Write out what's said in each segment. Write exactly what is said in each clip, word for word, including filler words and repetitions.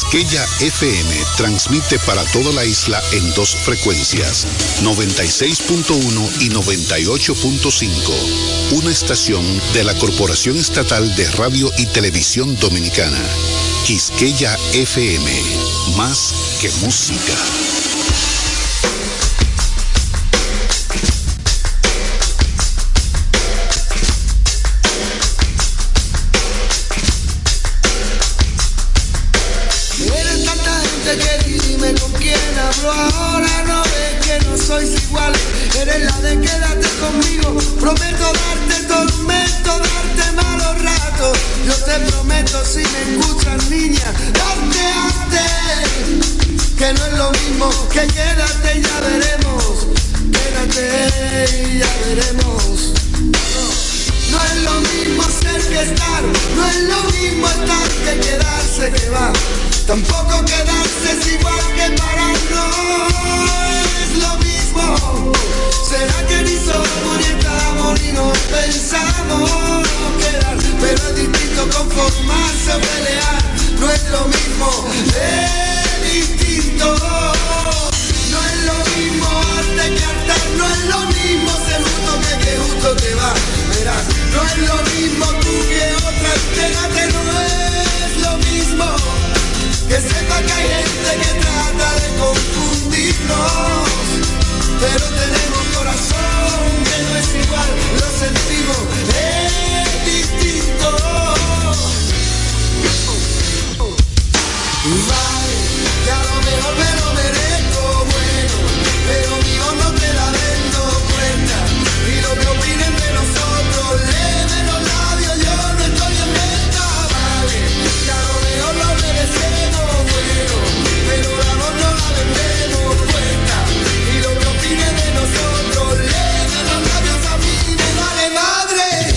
Quisqueya F M transmite para toda la isla en dos frecuencias, noventa y seis punto uno y noventa y ocho punto cinco. Una estación de la Corporación Estatal de Radio y Televisión Dominicana. Quisqueya F M, más que música. Ahora no ves que no sois iguales, eres la de quédate conmigo, prometo darte tormento, darte malos ratos, yo te prometo si me escuchas niña, darte antes, que no es lo mismo, que quédate y ya veremos, quédate y ya veremos. No, no es lo mismo ser que estar, no es lo mismo estar que quedarse que va. Tampoco quedarse es igual que parar, no es lo mismo. ¿Será que ni somos ni estamos ni nos pensamos quedar? Pero es distinto conformarse o pelear, no es lo mismo, es distinto. No es lo mismo arte que hartar, no es lo mismo ser justo que que justo te va. Verás, no es lo mismo tú que otra, quédate, no es lo mismo. Que sepa que hay gente que trata de confundirnos, pero tenemos corazón que no es igual, lo sentimos, es distinto. Vale, que a lo mejor me lo merezco, bueno, pero mío no te la vendo cuenta, y lo que opinen de nosotros, léeme los labios, yo no estoy en venta. Vale, que a lo mejor lo merecemos, pero la voz no la vendemos cuenta, y lo que opinen de nosotros, léeme los labios a mí, me vale madre.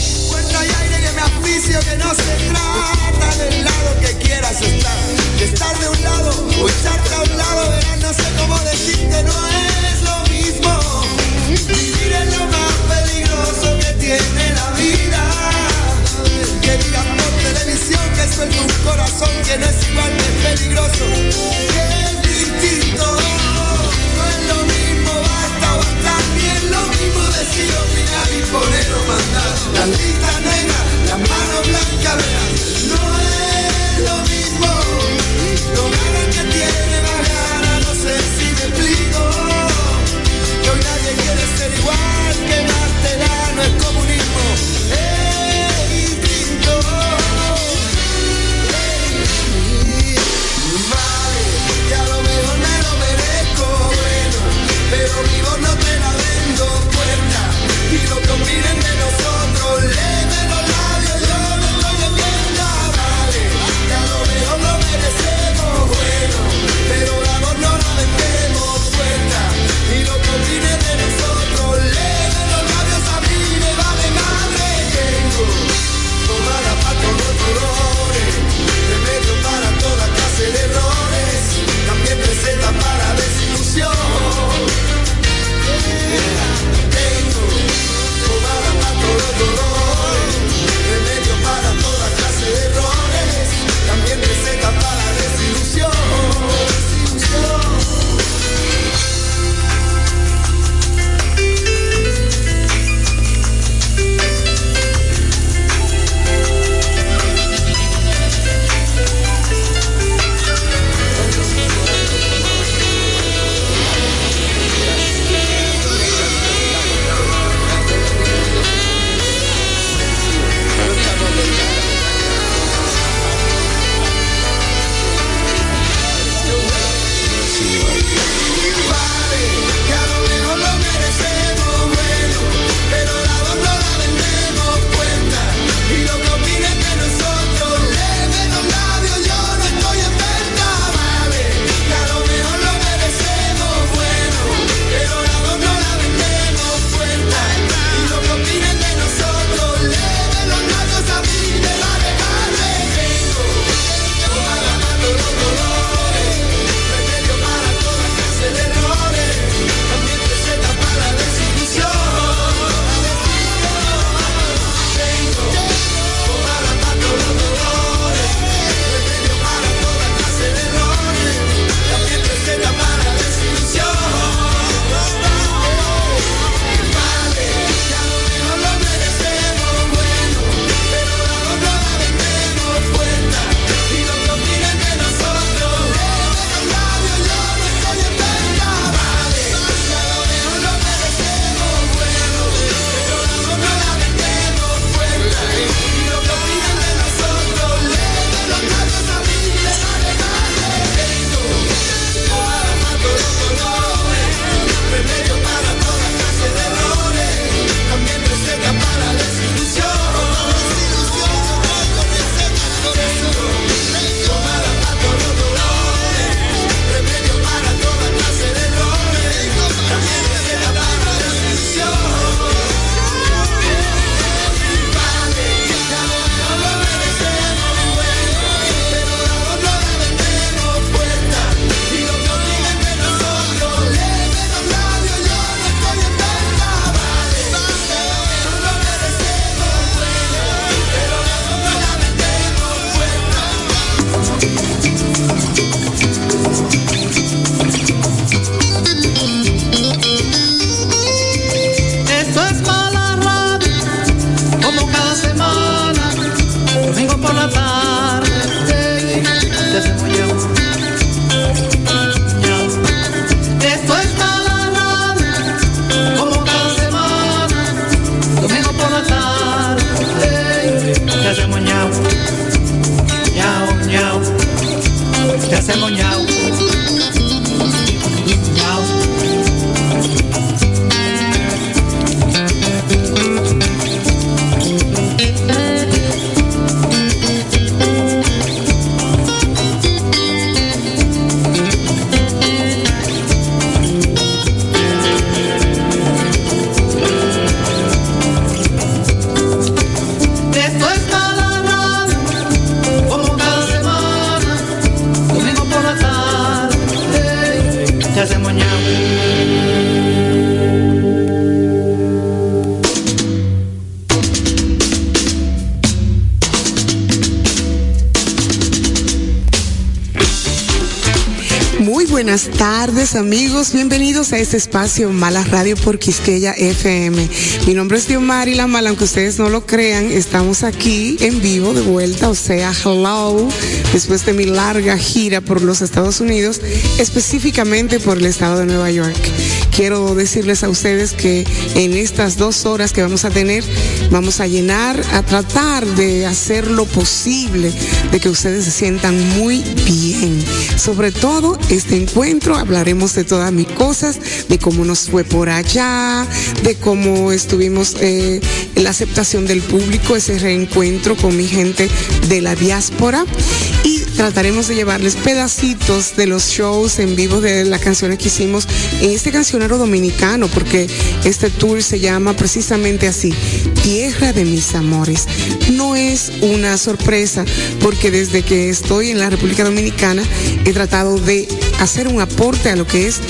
buenas tardes, amigos. Bienvenidos a este espacio Mala Radio por Quisqueya F M. Mi nombre es Diomari La Mala, aunque ustedes no lo crean, estamos aquí en vivo de vuelta, o sea, hello, después de mi larga gira por los Estados Unidos, específicamente por el estado de Nueva York. Quiero decirles a ustedes que en estas dos horas que vamos a tener, vamos a llenar, a tratar de hacer lo posible de que ustedes se sientan muy bien. Sobre todo, este encuentro, hablaremos de todas mis cosas, de cómo nos fue por allá, de cómo estuvimos eh, en la aceptación del público, ese reencuentro con mi gente de la diáspora, y trataremos de llevarles pedacitos de los shows en vivo de las canciones que hicimos en este cancionero dominicano, porque este tour se llama precisamente así, Tierra de mis amores. No es una sorpresa, porque desde que estoy en la República Dominicana he tratado de hacer un aporte a lo que es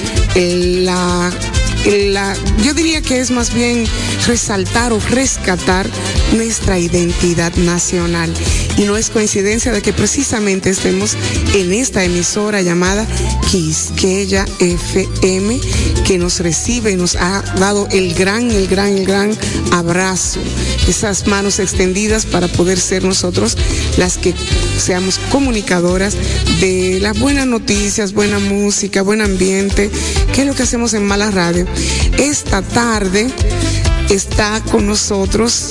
la... La, yo diría que es más bien resaltar o rescatar nuestra identidad nacional. Y no es coincidencia de que precisamente estemos en esta emisora llamada Quisqueya F M, que nos recibe y nos ha dado el gran, el gran, el gran abrazo, esas manos extendidas para poder ser nosotros las que seamos comunicadoras de las buenas noticias, buena música, buen ambiente, que es lo que hacemos en Mala Radio. Esta tarde está con nosotros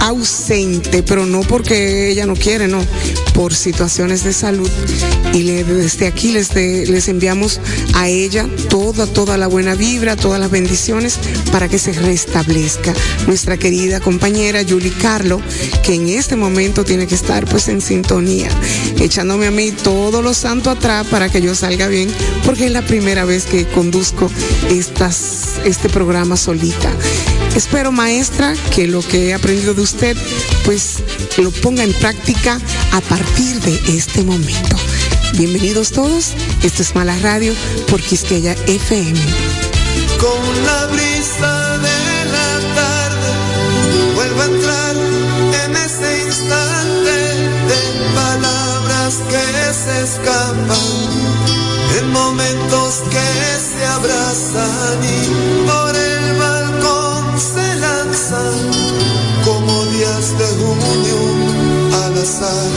ausente, pero no porque ella no quiere, no, por situaciones de salud. Y le, desde aquí les, de, les enviamos a ella toda, toda la buena vibra, todas las bendiciones para que se restablezca. Nuestra querida compañera Julie Carlo, que en este momento tiene que estar pues en sintonía, echándome a mí todo lo santo atrás para que yo salga bien, porque es la primera vez que conduzco estas, este programa solita. Espero, maestra, que lo que he aprendido de usted, pues lo ponga en práctica a partir de este momento. Bienvenidos todos, esto es Mala Radio por Quisqueya F M. Con la brisa de la tarde, vuelvo a entrar en ese instante de palabras que se escapan, en momentos que se abrazan y por el balcón se lanzan como días de junio al azar.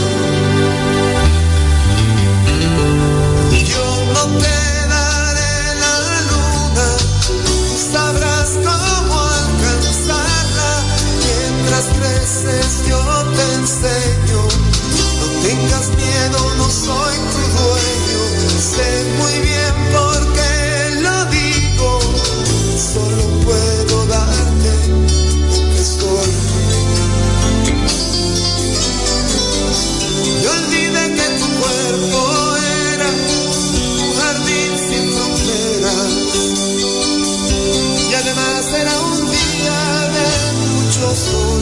Yo no te daré la luna, tú sabrás cómo alcanzarla. Mientras creces yo te enseño, no tengas miedo, no soy tu dueño. Sé muy bien por qué lo digo, solo puedo darte lo que soy. Yo olvidé que tu cuerpo era un jardín sin fronteras, y además era un día de mucho sol.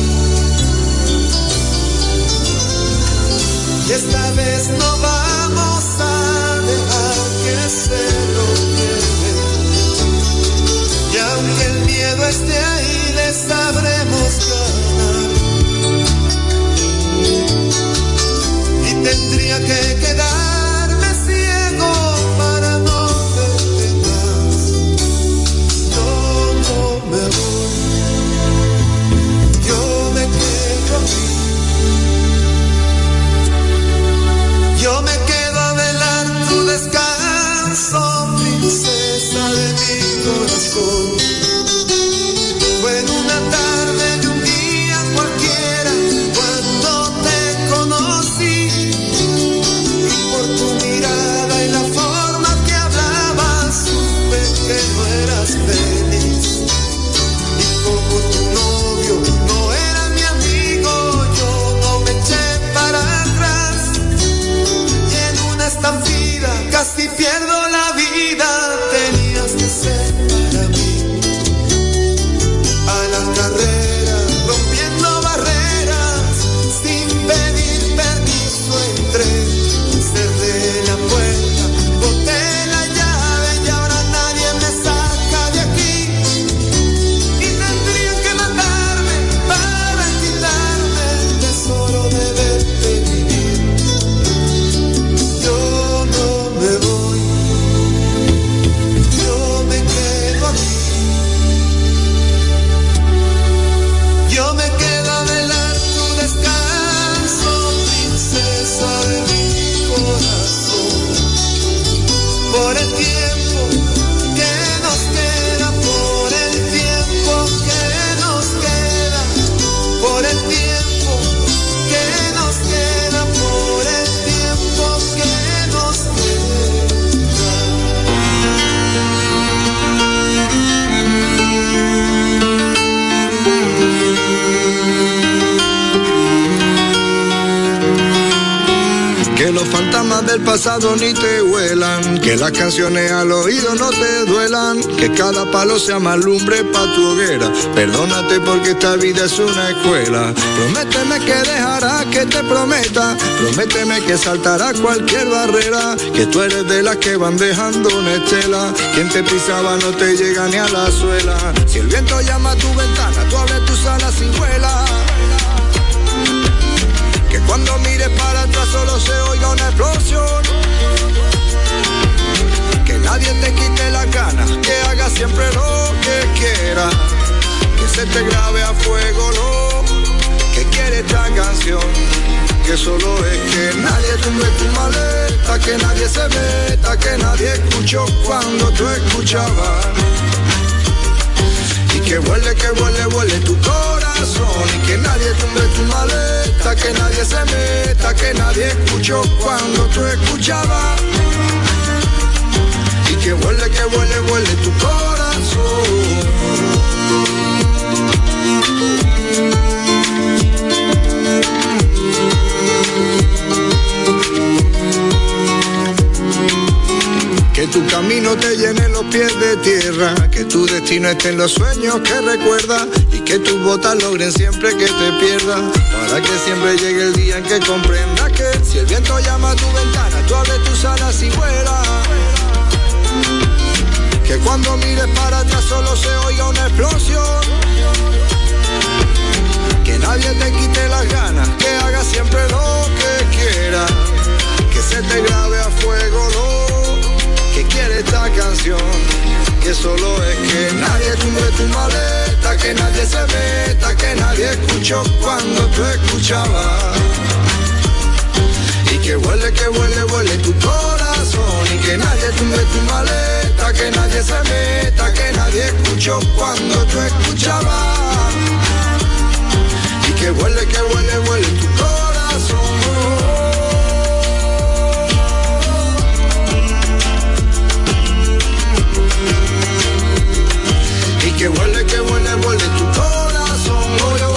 Y esta vez no vamos a dejar que se lo lleve, y aunque el miedo esté ahí, le sabremos ganar. Y tendría que quedarme ciego para no verte más. No, no me voy, yo me quedo aquí, yo me quedo. que los fantasmas del pasado ni te huelan, que las canciones al oído no te duelan, que cada palo sea más lumbre pa' tu hoguera. Perdónate porque esta vida es una escuela. Prométeme que dejarás que te prometa, prométeme que saltarás cualquier barrera, que tú eres de las que van dejando una estela, quien te pisaba no te llega ni a la suela. Si el viento llama a tu ventana, tú abres tus alas y vuela, que cuando mires para atrás solo se oiga una explosión, que nadie te quite las ganas, que hagas siempre lo que quieras, que se te grabe a fuego lo que quiere esta canción, que solo es que nadie tumbe tu maleta, que nadie se meta, que nadie escuchó cuando tú escuchabas, y que vuele, que vuele, vuele tu corazón, y que nadie tumbe tu maleta, que nadie se meta, que nadie escuchó cuando tú escuchabas, y que vuele, que vuele, vuele tu corazón. Que tu camino te llene los pies de tierra, que tu destino esté en los sueños que recuerdas, y que tus botas logren siempre que te pierdas, para que siempre llegue el día en que comprendas que si el viento llama a tu ventana, tú abres tus alas y vuelas, que cuando mires para atrás solo se oiga una explosión, que nadie te quite las ganas, que hagas siempre lo que quieras, que se te grabe a fuego lo que quiere esta canción, que solo es que nadie tumbe tu maleta, que nadie se meta, que nadie escuchó cuando tú escuchabas, y que huele, que huele, huele tu corazón, y que nadie tumbe tu maleta, que nadie se meta, que nadie escuchó cuando tú escuchabas, y que huele, que huele, huele tu corazón. Que huele, que huele, huele tu corazón, oh, oh.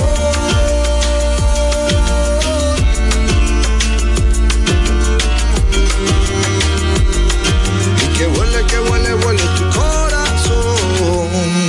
Y que huele, que huele, huele tu corazón.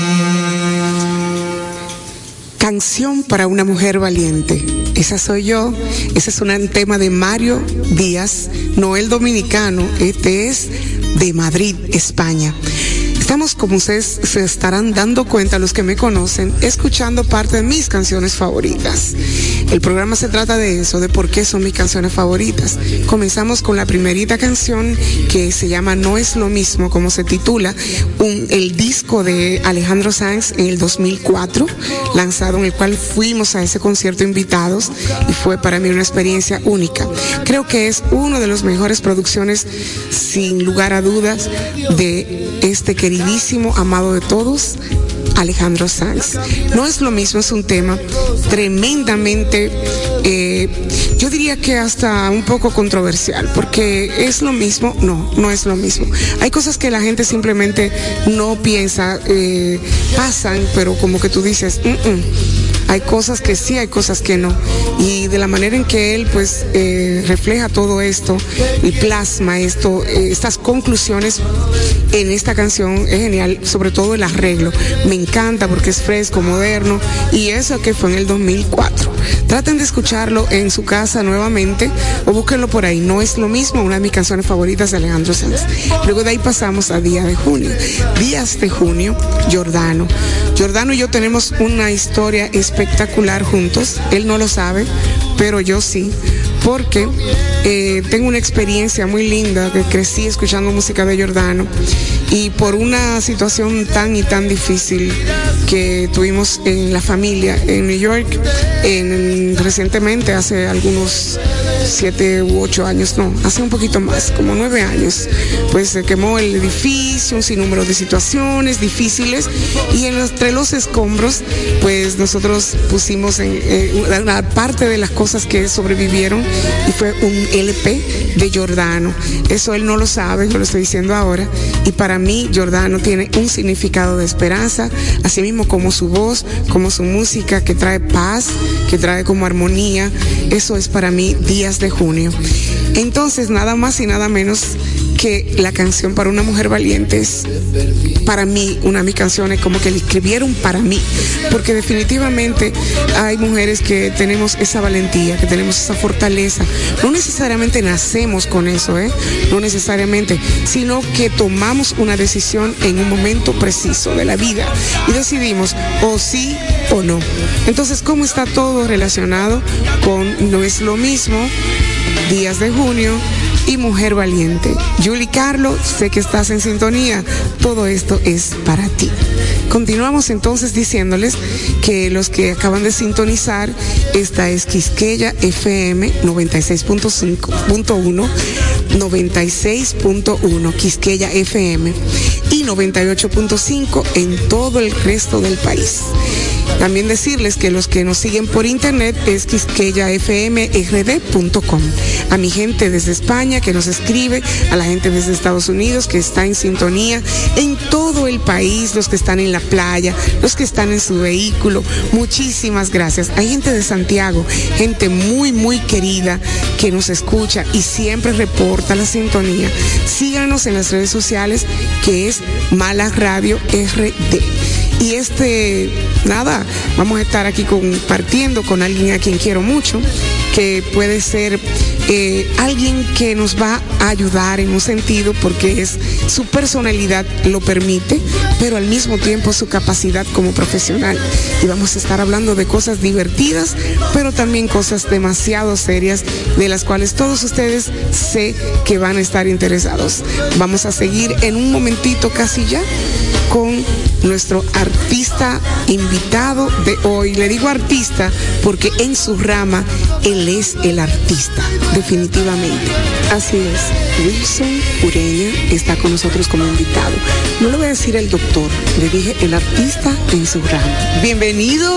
Canción para una mujer valiente. Esa soy yo. Ese es un tema de Mario Díaz, no el dominicano. Este es de Madrid, España. Estamos, como ustedes se estarán dando cuenta, los que me conocen, escuchando parte de mis canciones favoritas. El programa se trata de eso, de por qué son mis canciones favoritas. Comenzamos con la primerita canción que se llama No es lo mismo, como se titula, un, el disco de Alejandro Sanz en el dos mil cuatro, lanzado, en el cual fuimos a ese concierto invitados y fue para mí una experiencia única. Creo que es una de las mejores producciones, sin lugar a dudas, de este queridísimo, amado de todos, Alejandro Sanz. No es lo mismo, es un tema tremendamente, eh, yo diría que hasta un poco controversial, porque es lo mismo, no, no es lo mismo. Hay cosas que la gente simplemente no piensa, eh, pasan, pero como que tú dices, mm-mm. Hay cosas que sí, hay cosas que no. Y de la manera en que él pues eh, refleja todo esto y plasma esto, eh, estas conclusiones en esta canción es genial, sobre todo el arreglo. Me encanta porque es fresco, moderno, y eso que fue en el dos mil cuatro. Traten de escucharlo en su casa nuevamente o búsquenlo por ahí. No es lo mismo, una de mis canciones favoritas de Alejandro Sanz. Luego de ahí pasamos a Día de Junio. Días de Junio, Giordano. Giordano y yo tenemos una historia espectacular juntos. Él no lo sabe, pero yo sí, porque eh, tengo una experiencia muy linda, que crecí escuchando música de Giordano, y por una situación tan y tan difícil que tuvimos en la familia en New York, en, recientemente, hace algunos siete u ocho años, no, hace un poquito más, como nueve años, pues se quemó el edificio, un sinnúmero de situaciones difíciles, y en, entre los escombros, pues nosotros pusimos en, en una parte de las cosas que sobrevivieron, y fue un L P de Giordano. Eso él no lo sabe, yo lo estoy diciendo ahora, y para mí Giordano tiene un significado de esperanza, así mismo como su voz, como su música, que trae paz, que trae como armonía. Eso es para mí Días días de junio. Entonces, nada más y nada menos que la canción Para una mujer valiente es para mí una de mis canciones, como que la escribieron para mí, porque definitivamente hay mujeres que tenemos esa valentía, que tenemos esa fortaleza. No necesariamente nacemos con eso, ¿eh? No necesariamente, sino que tomamos una decisión en un momento preciso de la vida y decidimos o sí o no. Entonces, ¿cómo está todo relacionado con No es lo mismo, Días de Junio y Mujer Valiente? Julie Carlo, sé que estás en sintonía, todo esto es para ti. Continuamos entonces diciéndoles que los que acaban de sintonizar, esta es Quisqueya F M noventa y seis punto cinco punto uno, noventa y seis punto uno Quisqueya F M y noventa y ocho punto cinco en todo el resto del país. También decirles que los que nos siguen por internet es quisqueya f m r d punto com. A mi gente desde España que nos escribe, a la gente desde Estados Unidos que está en sintonía, en todo el país, los que están en la playa, los que están en su vehículo, muchísimas gracias. Hay gente de Santiago, gente muy, muy querida que nos escucha y siempre reporta la sintonía. Síganos en las redes sociales, que es Mala Radio R D. Y este, nada, vamos a estar aquí compartiendo con alguien a quien quiero mucho, que puede ser eh, alguien que nos va a ayudar en un sentido, porque es su personalidad lo permite, pero al mismo tiempo su capacidad como profesional. Y vamos a estar hablando de cosas divertidas, pero también cosas demasiado serias, de las cuales todos ustedes sé que van a estar interesados. Vamos a seguir en un momentito casi ya con nuestro artista invitado de hoy. Le digo artista porque en su rama él es el artista, definitivamente. Así es, Wilson Ureña está con nosotros como invitado. No le voy a decir el doctor, le dije el artista en su rama. ¡Bienvenido!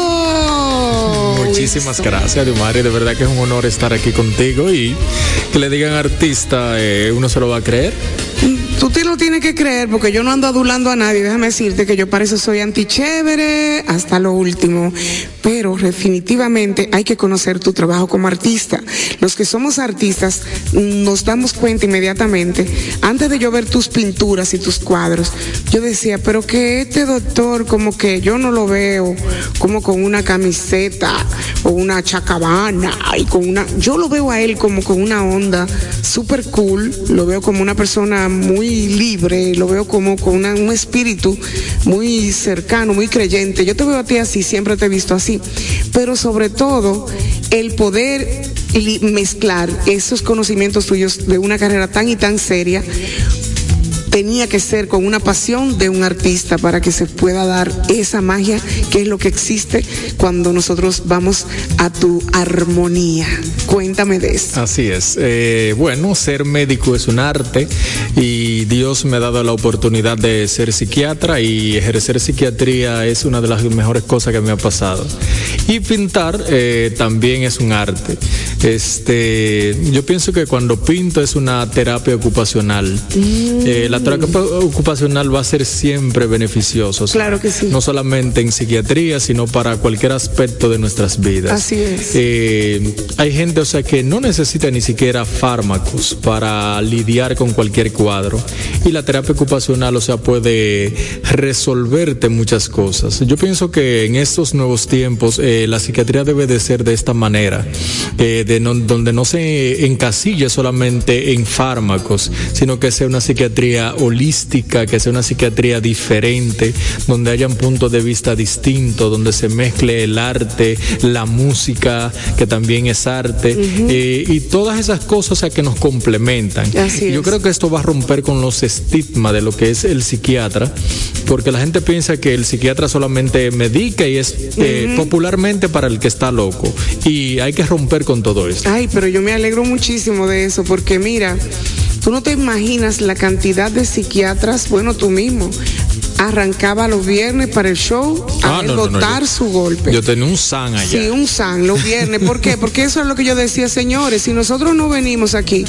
Muchísimas Wilson. Gracias, Diomari, de verdad que es un honor estar aquí contigo, y que le digan artista, eh, uno se lo va a creer. Tú te lo tienes que creer, porque yo no ando adulando a nadie. Déjame decirte que yo para eso soy antichévere hasta lo último, pero definitivamente hay que conocer tu trabajo como artista. Los que somos artistas nos damos cuenta inmediatamente. Antes de yo ver tus pinturas y tus cuadros, yo decía, pero que este doctor como que yo no lo veo como con una camiseta o una chacabana y con una, yo lo veo a él como con una onda super cool, lo veo como una persona muy libre, lo veo como con una, un espíritu muy cercano, muy creyente. Yo te veo a ti así, siempre te he visto así, pero sobre todo el poder mezclar esos conocimientos tuyos de una carrera tan y tan seria tenía que ser con una pasión de un artista para que se pueda dar esa magia que es lo que existe cuando nosotros vamos a tu armonía. Cuéntame de eso. Así es. Eh, bueno, ser médico es un arte y Dios me ha dado la oportunidad de ser psiquiatra, y ejercer psiquiatría es una de las mejores cosas que me ha pasado. Y pintar eh, también es un arte. Este, yo pienso que cuando pinto es una terapia ocupacional. Mm. Eh, la terapia ocupacional va a ser siempre beneficiosa. Claro que sí. No solamente en psiquiatría, sino para cualquier aspecto de nuestras vidas. Así es. Eh, hay gente, o sea, que no necesita ni siquiera fármacos para lidiar con cualquier cuadro. Y la terapia ocupacional, o sea, puede resolverte muchas cosas. Yo pienso que en estos nuevos tiempos eh, la psiquiatría debe de ser de esta manera, eh, de no, donde no se encasille solamente en fármacos, sino que sea una psiquiatría holística, que sea una psiquiatría diferente, donde hayan puntos de vista distintos, donde se mezcle el arte, la música, que también es arte, uh-huh. eh, y todas esas cosas, o sea, que nos complementan. Así Yo es. creo que esto va a romper con los estigmas de lo que es el psiquiatra, porque la gente piensa que el psiquiatra solamente medica y es eh, uh-huh. popularmente para el que está loco, y hay que romper con todo esto. Ay, pero yo me alegro muchísimo de eso, porque mira, tú no te imaginas la cantidad de psiquiatras, bueno, tú mismo, arrancaba los viernes para el show a Ah, él no, no, no, botar yo- su golpe. Yo tenía un san allá. Sí, un san los viernes. ¿Por qué? Porque eso es lo que yo decía, señores, si nosotros no venimos aquí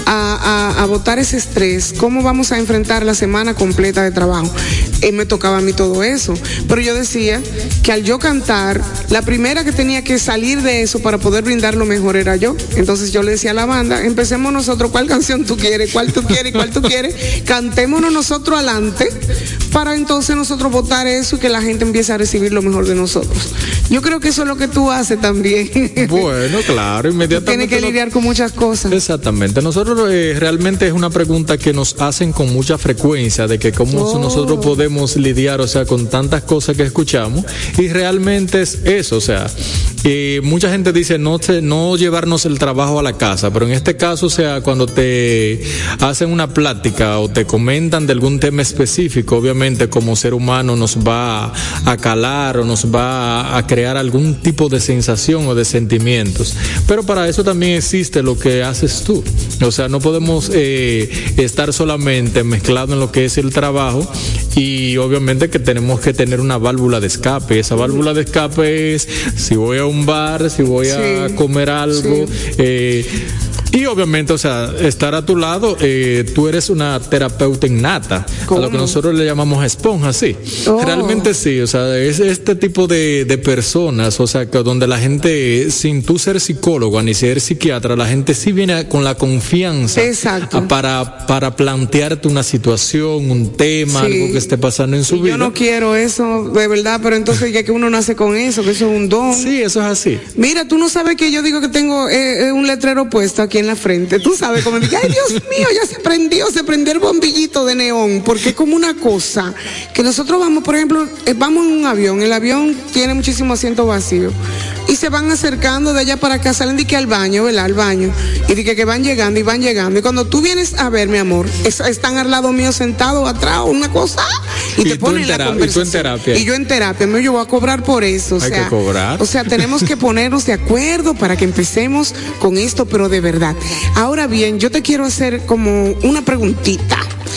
a, a, a botar ese estrés, ¿cómo vamos a enfrentar la semana completa de trabajo? Eh, me tocaba a mí todo eso. Pero yo decía que al yo cantar, la primera que tenía que salir de eso para poder brindar lo mejor era yo. Entonces yo le decía a la banda, empecemos nosotros, ¿cuál canción tú quieres? ¿Cuál tú quieres? ¿Cuál tú quieres? Cantémonos nosotros adelante para entonces nosotros votar eso y que la gente empiece a recibir lo mejor de nosotros. Yo creo que eso es lo que tú haces también. Bueno, claro, inmediatamente. Tienes que no- lidiar con muchas cosas. Exactamente. Nosotros eh, realmente es una pregunta que nos hacen con mucha frecuencia de que cómo Oh. nosotros podemos lidiar, o sea, con tantas cosas que escuchamos y realmente es eso, o sea, eh, mucha gente dice no te- no llevarnos el trabajo a la casa, pero en este caso, o sea, cuando te hacen una plática o te comentan de algún tema específico, obviamente como ser humano nos va a calar o nos va a crear algún tipo de sensación o de sentimientos, pero para eso también existe lo que haces tú, o sea, no podemos eh, estar solamente mezclado en lo que es el trabajo y obviamente que tenemos que tener una válvula de escape, esa válvula de escape es si voy a un bar, si voy a Sí, comer algo, sí. eh, y obviamente, o sea, estar a tu lado, eh, tú eres una terapeuta innata, ¿Cómo? a lo que nosotros le llamamos esponja, sí. Oh. Realmente sí, o sea, es este tipo de, de personas, o sea, que donde la gente, sin tú ser psicólogo ni ser psiquiatra, la gente sí viene con la confianza Exacto. a- para, para plantearte una situación, un tema, Sí. algo que esté pasando en su Y vida. yo no quiero eso, de verdad, pero entonces ya que uno nace con eso, que eso es un don. Sí, eso es así. Mira, tú no sabes que yo digo que tengo eh, eh, un letrero puesto aquí en la frente. Tú sabes, como dije, ay Dios mío, ya se prendió, se prendió el bombillito de neón, porque es como una cosa que nosotros vamos, por ejemplo, eh, vamos en un avión, el avión tiene muchísimo asiento vacío y se van acercando de allá para acá, salen de que al baño, ¿verdad? Al baño, y de que, que van llegando y van llegando. Y cuando tú vienes a ver, mi amor, es- están al lado mío sentados atrás, una cosa, y, Y te tú ponen en la tera- y tú en conversación. terapia. Y yo en terapia, me yo voy a cobrar por eso. O Hay sea, que cobrar. O sea, tenemos que ponernos de acuerdo para que empecemos con esto, pero de verdad. Ahora bien, yo te quiero hacer como una preguntita.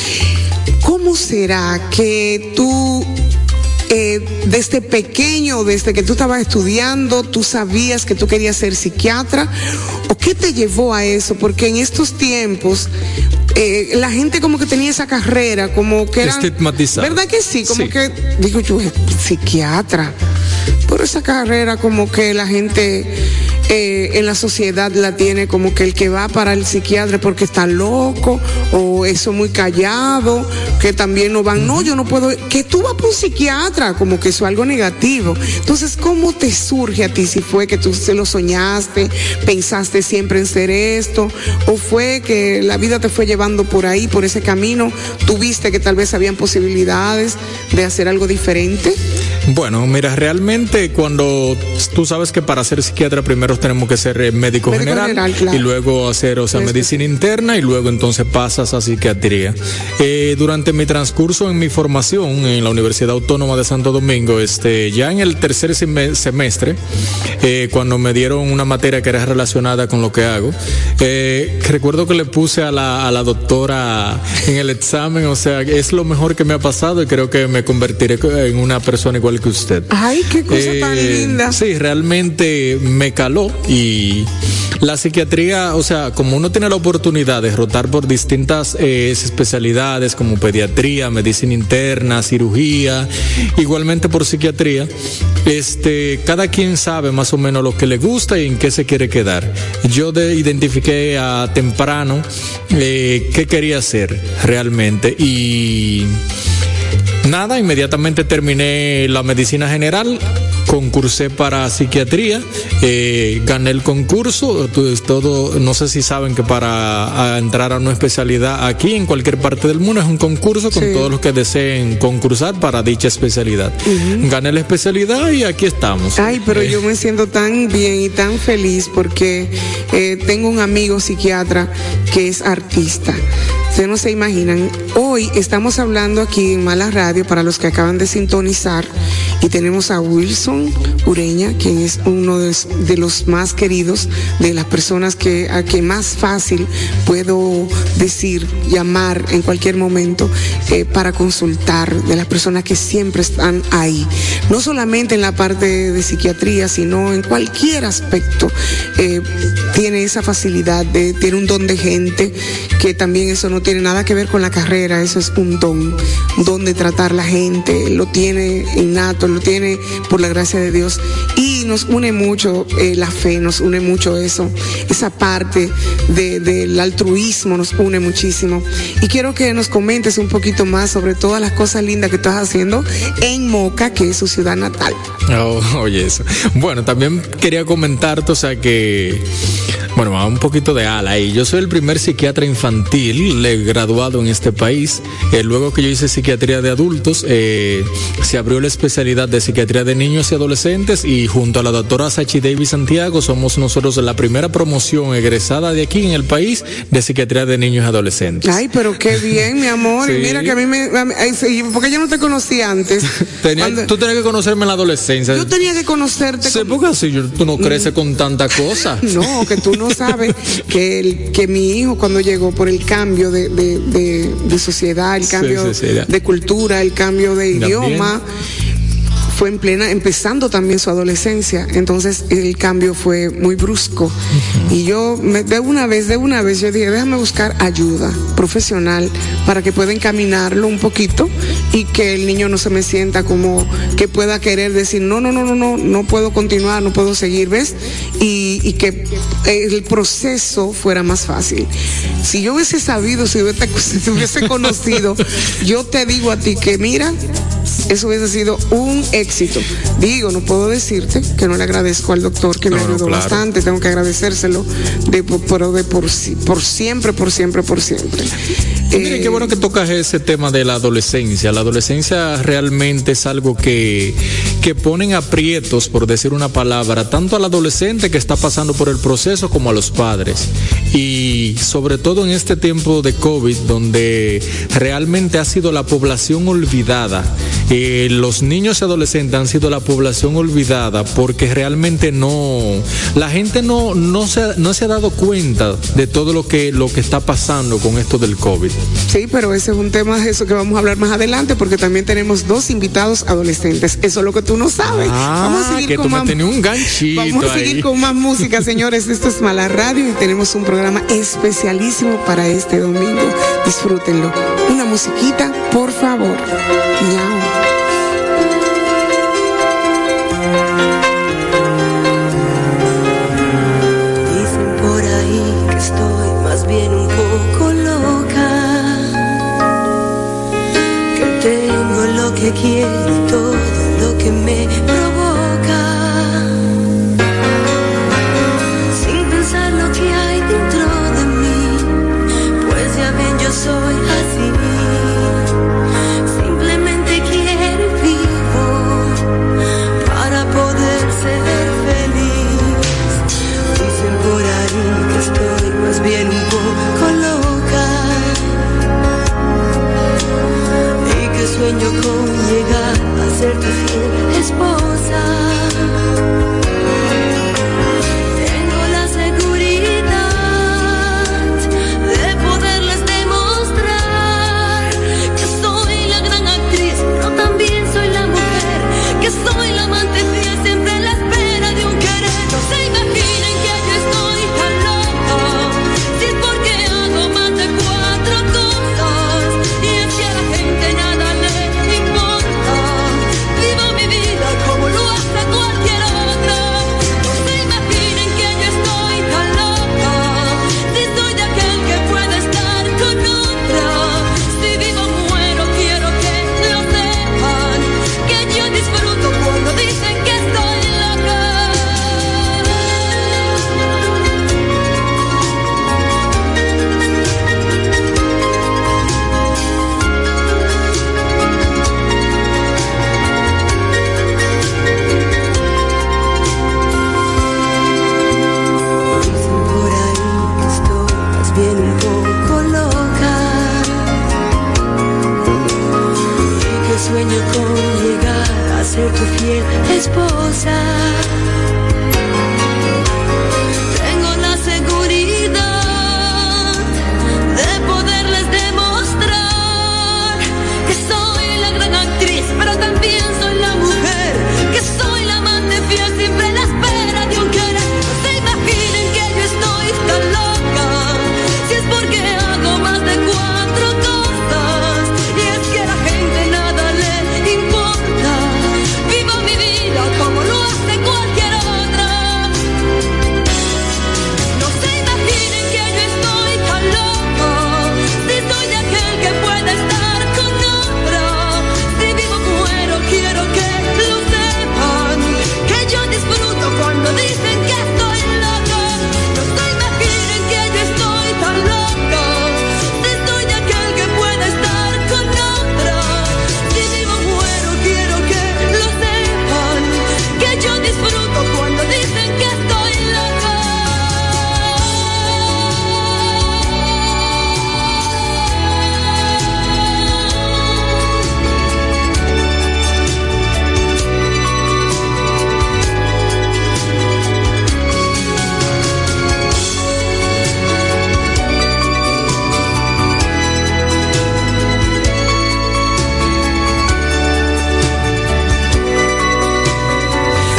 ¿Cómo será que tú, eh, desde pequeño, desde que tú estabas estudiando, tú sabías que tú querías ser psiquiatra? ¿O qué te llevó a eso? Porque en estos tiempos, eh, la gente como que tenía esa carrera, como que era... Estigmatizada. ¿Verdad que sí? Como Sí. que, digo yo, psiquiatra. Por esa carrera como que la gente eh, en la sociedad la tiene como que el que va para el psiquiatra porque está loco o eso muy callado, que también no van, no, yo no puedo, que tú vas para un psiquiatra, como que eso es algo negativo. Entonces, ¿cómo te surge a ti? Si fue que tú se lo soñaste, pensaste siempre en ser esto, o fue que la vida te fue llevando por ahí, por ese camino, tuviste que tal vez habían posibilidades de hacer algo diferente. Bueno, mira, realmente cuando tú sabes que para ser psiquiatra primero tenemos que ser eh, médico, Médico general, general, claro. y luego hacer, o sea, Pues, medicina interna y luego entonces pasas a psiquiatría. Eh, durante mi transcurso en mi formación en la Universidad Autónoma de Santo Domingo, este, ya en el tercer sem- semestre, eh, cuando me dieron una materia que era relacionada con lo que hago, eh, recuerdo que le puse a la, a la doctora en el examen, o sea, es lo mejor que me ha pasado y creo que me convertiré en una persona igual que usted. Ay, qué cosa tan Eh, linda. Sí, realmente me caló y la psiquiatría, o sea, como uno tiene la oportunidad de rotar por distintas eh, especialidades como pediatría, medicina interna, cirugía, igualmente por psiquiatría, este, cada quien sabe más o menos lo que le gusta y en qué se quiere quedar. Yo de, identifiqué a temprano eh, qué quería hacer realmente y nada, inmediatamente terminé la medicina general, concursé para psiquiatría, eh, gané el concurso, pues todo, no sé si saben que para a entrar a una especialidad aquí en cualquier parte del mundo es un concurso con Sí. todos los que deseen concursar para dicha especialidad. Gané la especialidad y aquí estamos. Ay, pero Eh, yo me siento tan bien y tan feliz porque eh, tengo un amigo psiquiatra que es artista. Ustedes no se imaginan. Hoy estamos hablando aquí en Mala Radio, para los que acaban de sintonizar, y tenemos a Wilson Ureña, quien es uno de, de los más queridos, de las personas que a que más fácil puedo decir, llamar en cualquier momento eh, para consultar, de las personas que siempre están ahí, no solamente en la parte de, de psiquiatría, sino en cualquier aspecto. Eh, tiene esa facilidad, de, tiene un don de gente, que también eso no tiene nada que ver con la carrera, eso es un don, un don de tratar la gente, lo tiene innato, lo tiene por la gracia de Dios, y nos une mucho eh, la fe, nos une mucho eso, esa parte de, del altruismo nos une muchísimo. Y quiero que nos comentes un poquito más sobre todas las cosas lindas que estás haciendo en Moca, que es su ciudad natal. Oh, oye, eso. Bueno, también quería comentarte, o sea que, bueno, un poquito de ala ahí. Yo soy el primer psiquiatra infantil eh, graduado en este país. Eh, luego que yo hice psiquiatría de adultos, eh, se abrió la especialidad de psiquiatría de niños y adolescentes, y junto a la doctora Sachi Davis Santiago somos nosotros la primera promoción egresada de aquí en el país de psiquiatría de niños y adolescentes. Ay, pero qué bien, mi amor. Sí. Y mira que a mí me... A mí, porque yo no te conocí antes. Tenía, Cuando, tú tenías que conocerme en la adolescencia. Yo tenía que conocerte. Sí, porque así yo, tú no creces mm. con tanta cosa. No, que tú no sabes que, el, que mi hijo, cuando llegó por el cambio de, de, de, de sociedad, el cambio sí, sí, sí, de cultura, el cambio de también. idioma, fue en plena, empezando también su adolescencia, entonces el cambio fue muy brusco. Uh-huh. Y yo, me, de una vez, de una vez, yo dije, déjame buscar ayuda profesional para que pueda encaminarlo un poquito y que el niño no se me sienta como que pueda querer decir, no, no, no, no, no, no puedo continuar, no puedo seguir, ¿ves? Y, y que el proceso fuera más fácil. Si yo hubiese sabido, si hubiese, si hubiese conocido, yo te digo a ti que mira, eso hubiese sido un éxito. Digo, no puedo decirte que no le agradezco al doctor, que no, me ayudó claro. bastante, tengo que agradecérselo de, por, de por, por siempre, por siempre, por siempre. Eh, Mire, qué bueno que tocas ese tema de la adolescencia. La adolescencia realmente es algo que, que pone en aprietos, por decir una palabra, tanto al adolescente que está pasando por el proceso como a los padres. Y sobre todo en este tiempo de COVID, donde realmente ha sido la población olvidada. Eh, los niños y adolescentes han sido la población olvidada porque realmente no, la gente no, no, se, no se ha dado cuenta de todo lo que, lo que está pasando con esto del COVID. Sí, pero ese es un tema de eso que vamos a hablar más adelante, porque también tenemos dos invitados adolescentes. Eso es lo que tú no sabes. Ah, vamos a seguir que con tú más, me tenías un ganchito Vamos a seguir ahí. con más música, señores. Esto es Mala Radio y tenemos un programa especialísimo para este domingo. Disfrútenlo. Una musiquita, por favor. Miau. Bien un poco loca, que tengo lo que quiero y todo lo que me provoca, sin pensar lo que hay dentro de mí, pues ya ven, yo soy así, simplemente quiero y vivo para poder ser feliz. Dicen por ahí que estoy más bien un poco loca y que sueño con llegar a ser tu fiel esposa.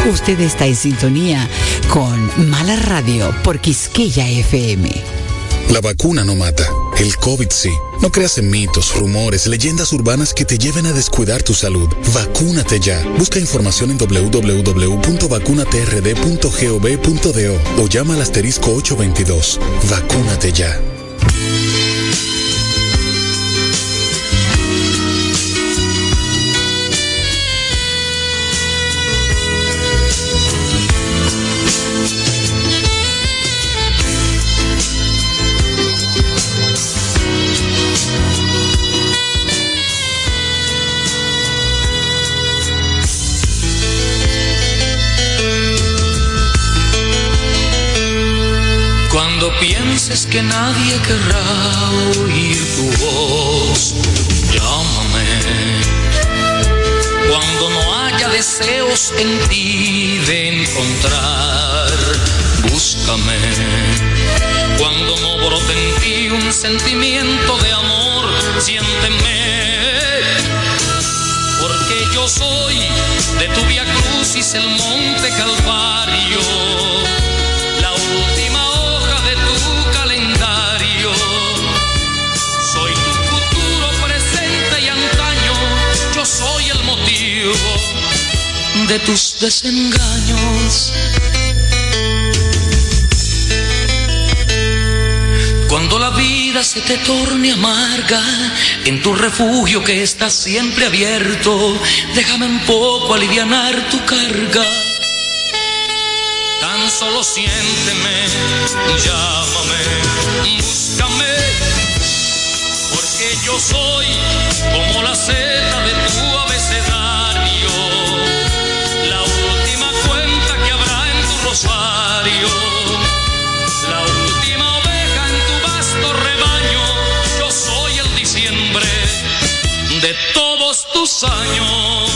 Usted está en sintonía con Mala Radio por Quisqueya F M. La vacuna no mata, el COVID sí. No creas en mitos, rumores, leyendas urbanas que te lleven a descuidar tu salud. Vacúnate ya. Busca información en doble u doble u doble u punto vacunate r d punto gov punto do o llama al asterisco ocho veintidós. Vacúnate ya. Cuando pienses que nadie querrá oír tu voz, llámame. Cuando no haya deseos en ti de encontrar, búscame. Cuando no brote en ti un sentimiento de amor, siénteme. Porque yo soy de tu Vía Crucis, el Monte Calvario, la última hoja de tu calendario. Soy tu futuro, presente y antaño. Yo soy el motivo de tus desengaños. Cuando la vida se te torne amarga, en tu refugio que está siempre abierto, déjame un poco alivianar tu carga. Tan solo siénteme, llámame, búscame, porque yo soy como la seta de tu abecedario, la última cuenta que habrá en tu rosario, la última oveja en tu vasto rebaño. Yo soy el diciembre de todos tus años.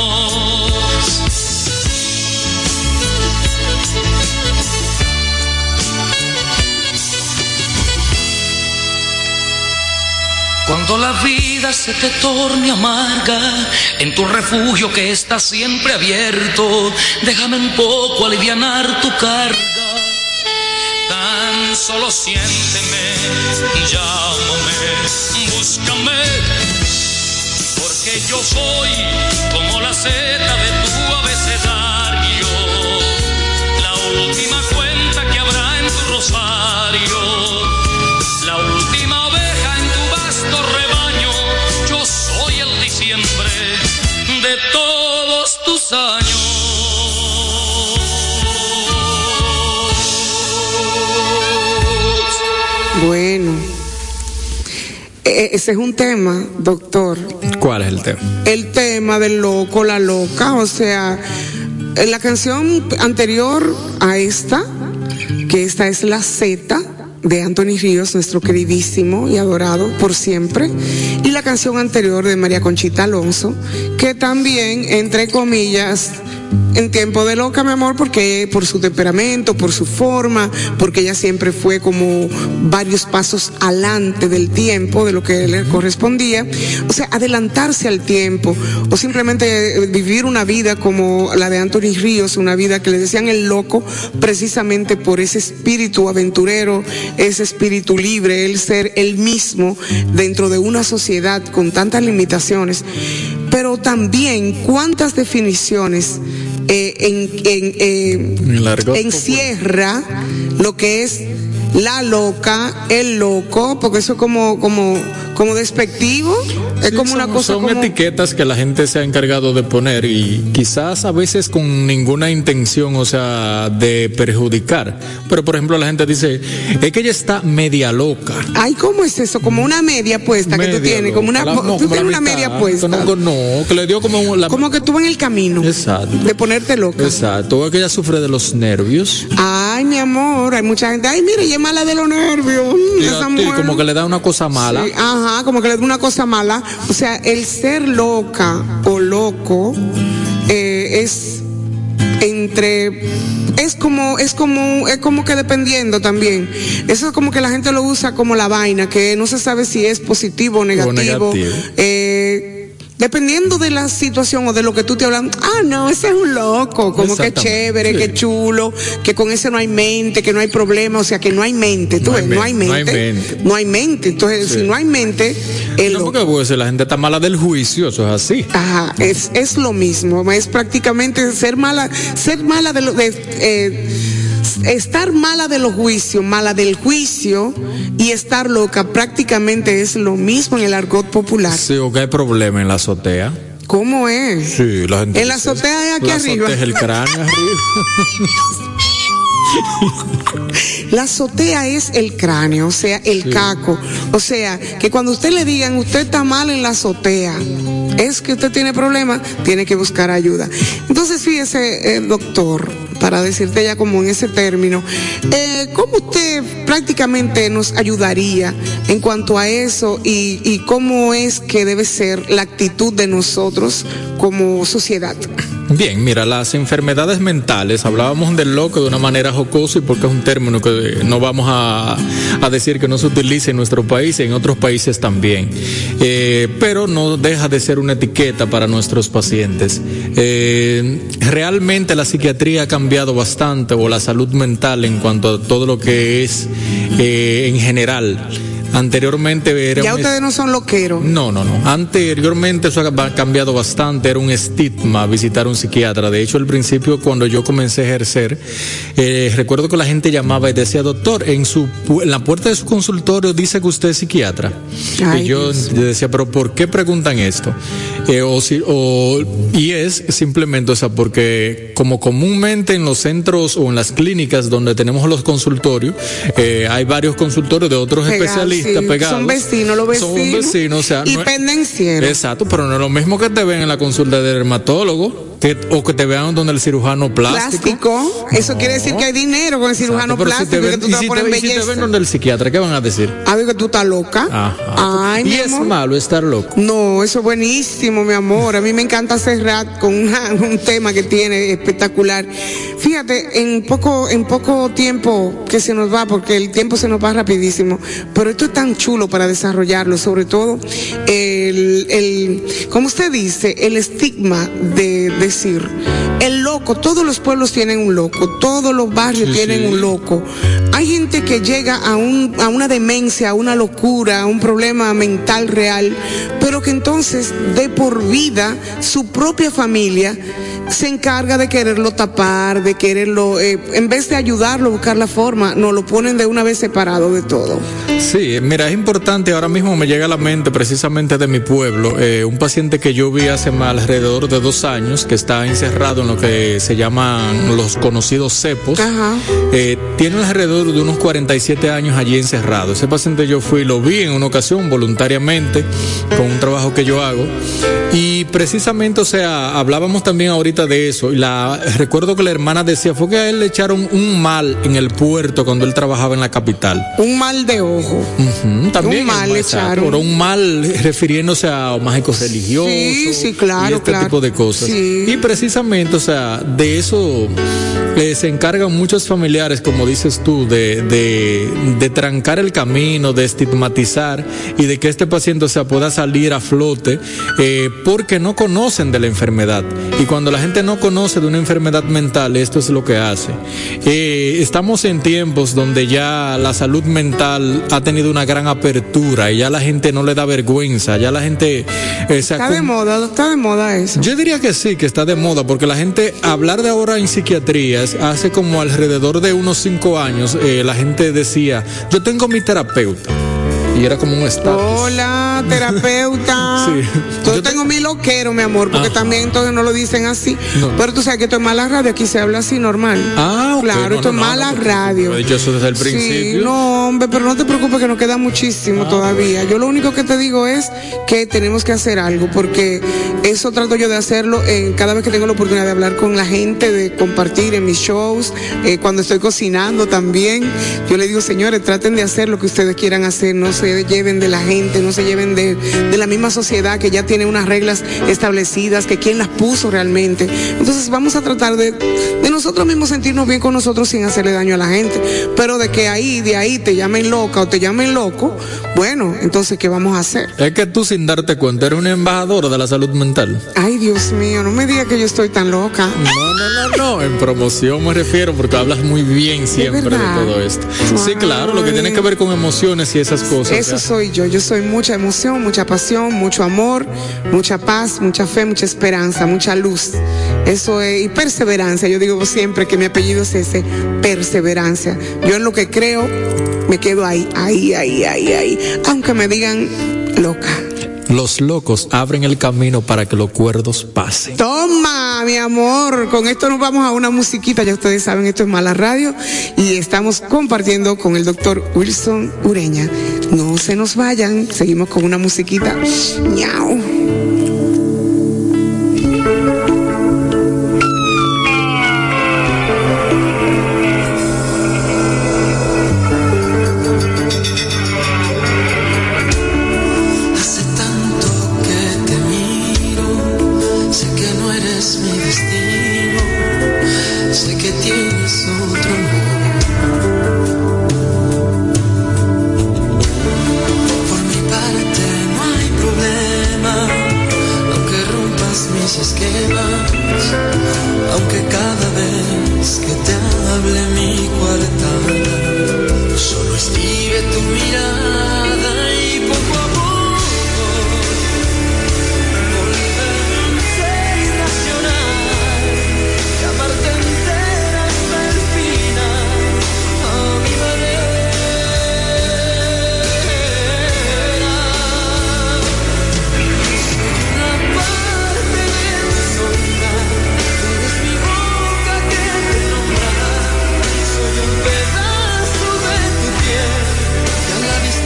Cuando la vida se te torne amarga, en tu refugio que está siempre abierto, déjame un poco alivianar tu carga. Tan solo siénteme, llámame, búscame, porque yo soy como la seta de tu abecedario, la última cuenta que habrá en tu rosario, la última oveja en tu vasto rebaño. Yo soy el diciembre de todos tus años. Bueno, ese es un tema, doctor. ¿Cuál es el tema? El tema del loco, la loca, o sea, en la canción anterior a esta, que esta es La Z, de Anthony Ríos, nuestro queridísimo y adorado por siempre, y la canción anterior de María Conchita Alonso, que también, entre comillas, en tiempo de loca, mi amor, porque por su temperamento, por su forma, porque ella siempre fue como varios pasos adelante del tiempo, de lo que le correspondía, o sea, adelantarse al tiempo, o simplemente vivir una vida como la de Anthony Ríos, una vida que le decían el loco, precisamente por ese espíritu aventurero, ese espíritu libre, el ser él mismo dentro de una sociedad con tantas limitaciones, pero también cuántas definiciones eh, en, en, eh, encierra lo que es la loca, el loco, porque eso es como, como, como despectivo, es sí, como son, una cosa son como... etiquetas que la gente se ha encargado de poner y quizás a veces con ninguna intención, o sea, de perjudicar. Pero por ejemplo la gente dice, es que ella está media loca. Ay, ¿cómo es eso? Como una media puesta media que tú tienes, como una, la, no, tú como tienes una mitad, media puesta. No, no, que le dio como la... Como que tú en el camino. Exacto. De ponerte loca. Exacto, es que ella sufre de los nervios. Ay, mi amor, hay mucha gente, ay, mira, ella es mala de los nervios. Y esa mujer, como que le da una cosa mala. Sí, ajá, como que le da una cosa mala. O sea, el ser loca o loco eh, es entre es como es como es como que dependiendo también, eso es como que la gente lo usa como la vaina, que no se sabe si es positivo o negativo, o negativo. Eh, dependiendo de la situación o de lo que tú te hablas, ah, no, ese es un loco, como que chévere, sí, que chulo, que con ese no hay mente, que no hay problema, o sea, que no hay mente, tú no ves, hay no hay mente, no hay mente, no hay mente. Entonces, sí, si no hay mente, el no, porque puede ser la gente está mala del juicio, eso es así. Ajá, es, es lo mismo, es prácticamente ser mala, ser mala de lo, de, eh, estar mala de los juicios, mala del juicio y estar loca prácticamente es lo mismo en el argot popular. Sí, o que hay problema en la azotea. ¿Cómo es? Sí, la gente en la azotea es aquí la arriba. La azotea es el cráneo arriba. La azotea es el cráneo, o sea, el sí. caco. O sea, que cuando usted le digan, usted está mal en la azotea, es que usted tiene problemas, tiene que buscar ayuda. Entonces, fíjese, eh, doctor, para decirte ya como en ese término, eh, ¿cómo usted prácticamente nos ayudaría en cuanto a eso y, y cómo es que debe ser la actitud de nosotros como sociedad? Bien, mira, las enfermedades mentales, hablábamos del loco de una manera jocosa y porque es un término que no vamos a, a decir que no se utilice en nuestro país y en otros países también, eh, pero no deja de ser una etiqueta para nuestros pacientes. Eh, realmente la psiquiatría ha cambiado bastante, o la salud mental en cuanto a todo lo que es eh, en general. Anteriormente era ya un ustedes no son loqueros. No, no, no. Anteriormente eso ha cambiado bastante. Era un estigma visitar a un psiquiatra. De hecho, al principio, cuando yo comencé a ejercer, eh, recuerdo que la gente llamaba y decía, doctor, en su en la puerta de su consultorio dice que usted es psiquiatra. Ay, y yo Dios. decía, pero ¿por qué preguntan esto? Eh, o, si, o y es simplemente, o sea, porque como comúnmente en los centros o en las clínicas donde tenemos los consultorios, eh, hay varios consultorios de otros Pegar, especialistas. Sí, pegados. Son vecinos, los vecinos. Son vecinos, o sea, y no pendencieros. Exacto, pero no es lo mismo que te ven en la consulta de dermatólogo que, o que te vean donde el cirujano plástico. Plástico, eso no. quiere decir que hay dinero con el cirujano Exacto, plástico. Si ven, que tú te vas si a poner te, belleza. si te ven donde el psiquiatra, ¿qué van a decir? A ver, que tú estás loca. Ajá. Ay, y mi es amor. malo estar loco. No, eso es buenísimo, mi amor. A mí me encanta cerrar con una, un tema que tiene espectacular. Fíjate, en poco, en poco tiempo que se nos va, porque el tiempo se nos va rapidísimo, pero esto es tan chulo para desarrollarlo, sobre todo el, el, como usted dice, el estigma de decir, el loco, todos los pueblos tienen un loco, todos los barrios sí, tienen sí. un loco. Hay gente que llega a un, a una demencia, a una locura, a un problema mental real, pero que entonces de por vida su propia familia se encarga de quererlo tapar, de quererlo, eh, en vez de ayudarlo, buscar la forma, no lo ponen de una vez separado de todo. Sí, mira, es importante, ahora mismo me llega a la mente precisamente de mi pueblo, eh, un paciente que yo vi hace más alrededor de dos años, que está encerrado en lo que se llaman los conocidos cepos. Ajá. Eh, tiene alrededor de unos cuarenta y siete años allí encerrado. Ese paciente yo fui, lo vi en una ocasión voluntariamente, con un trabajo que yo hago, y precisamente, o sea, hablábamos también ahorita de eso, y la recuerdo que la hermana decía, fue que a él le echaron un mal en el puerto cuando él trabajaba en la capital. Un mal de ojo. Uh-huh, también un mal le echaron. Un mal refiriéndose a mágicos religiosos. Sí, sí, claro, y este claro. tipo de cosas. Sí. Y precisamente, o sea, de eso eh, se encargan muchos familiares, como dices tú, de, de, de trancar el camino, de estigmatizar y de que este paciente, o sea, pueda salir a flote, eh, porque no conocen de la enfermedad. Y cuando la gente no conoce de una enfermedad mental, esto es lo que hace. Eh, estamos en tiempos donde ya la salud mental ha tenido una gran apertura y ya la gente no le da vergüenza, ya la gente... Eh, está de moda, está de moda eso. Yo diría que sí, que está de moda, porque la gente, hablar de ahora en psiquiatría, hace como alrededor de unos cinco años, eh, la gente decía, yo tengo mi terapeuta. Y era como un estatus. Hola, terapeuta. Sí. Yo, yo tengo te... mi loquero, mi amor, porque Ajá. también entonces no lo dicen así. No. Pero tú sabes que esto es mala radio, aquí se habla así normal. Ah, okay. Claro, no, esto no, es no, mala no, radio. He dicho eso desde el principio. Sí, no, hombre, pero no te preocupes que nos queda muchísimo ah, todavía. Yo lo único que te digo es que tenemos que hacer algo, porque eso trato yo de hacerlo en cada vez que tengo la oportunidad de hablar con la gente, de compartir en mis shows, eh, cuando estoy cocinando también. Yo le digo, señores, traten de hacer lo que ustedes quieran hacer, no se se lleven de la gente, no se lleven de, de la misma sociedad que ya tiene unas reglas establecidas, que quién las puso realmente. Entonces vamos a tratar de, de nosotros mismos sentirnos bien con nosotros sin hacerle daño a la gente. Pero de que ahí, de ahí te llamen loca o te llamen loco, bueno, entonces ¿qué vamos a hacer? Es que tú sin darte cuenta eres una embajadora de la salud mental. Ay, Dios mío, no me digas que yo estoy tan loca. No, no, no, no, en promoción me refiero porque hablas muy bien siempre de, de todo esto. Ay. Sí, claro, lo que tiene que ver con emociones y esas cosas. Eso ya. Soy yo, yo soy mucha emoción, mucha pasión, mucho amor, mucha paz, mucha fe, mucha esperanza, mucha luz. Eso es, y perseverancia, yo digo siempre que mi apellido es ese, perseverancia. Yo en lo que creo, me quedo ahí, ahí, ahí, ahí, ahí, aunque me digan loca. Los locos abren el camino para que los cuerdos pasen. Toma, mi amor, con esto nos vamos a una musiquita, ya ustedes saben, esto es Mala Radio y estamos compartiendo con el doctor Wilson Ureña. No se nos vayan, seguimos con una musiquita. Ñau. A la vista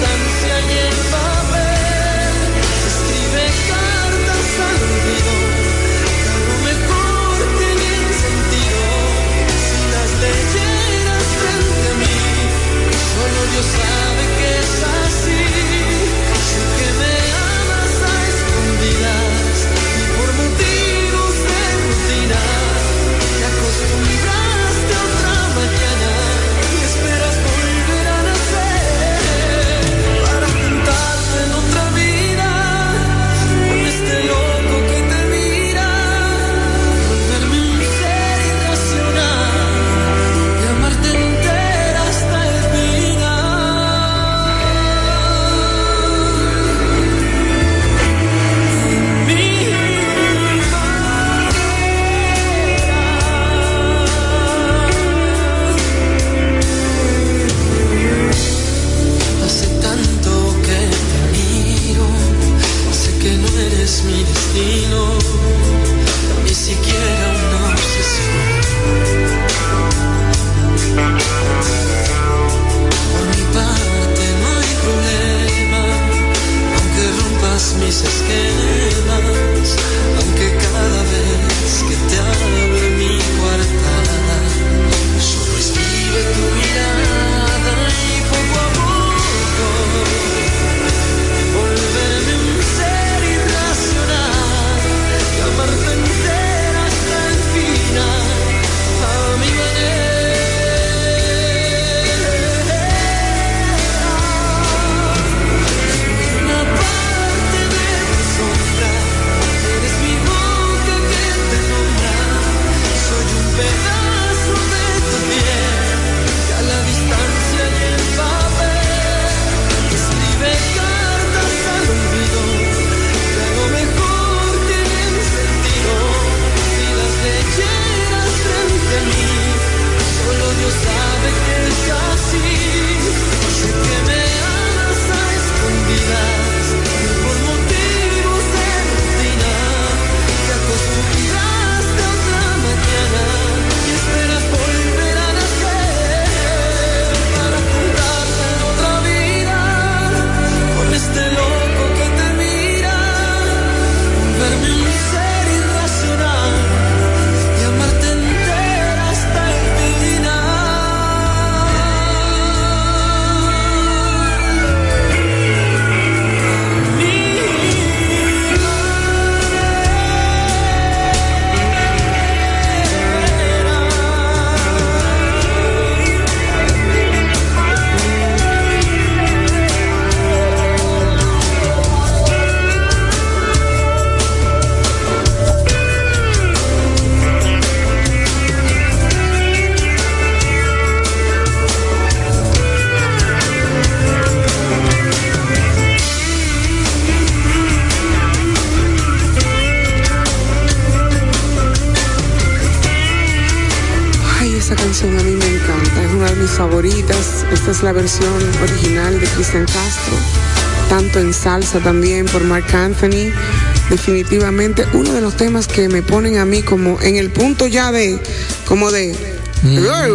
favoritas. Esta es la versión original de Cristian Castro, tanto en salsa también por Marc Anthony. Definitivamente uno de los temas que me ponen a mí como en el punto ya de, como de... Mm.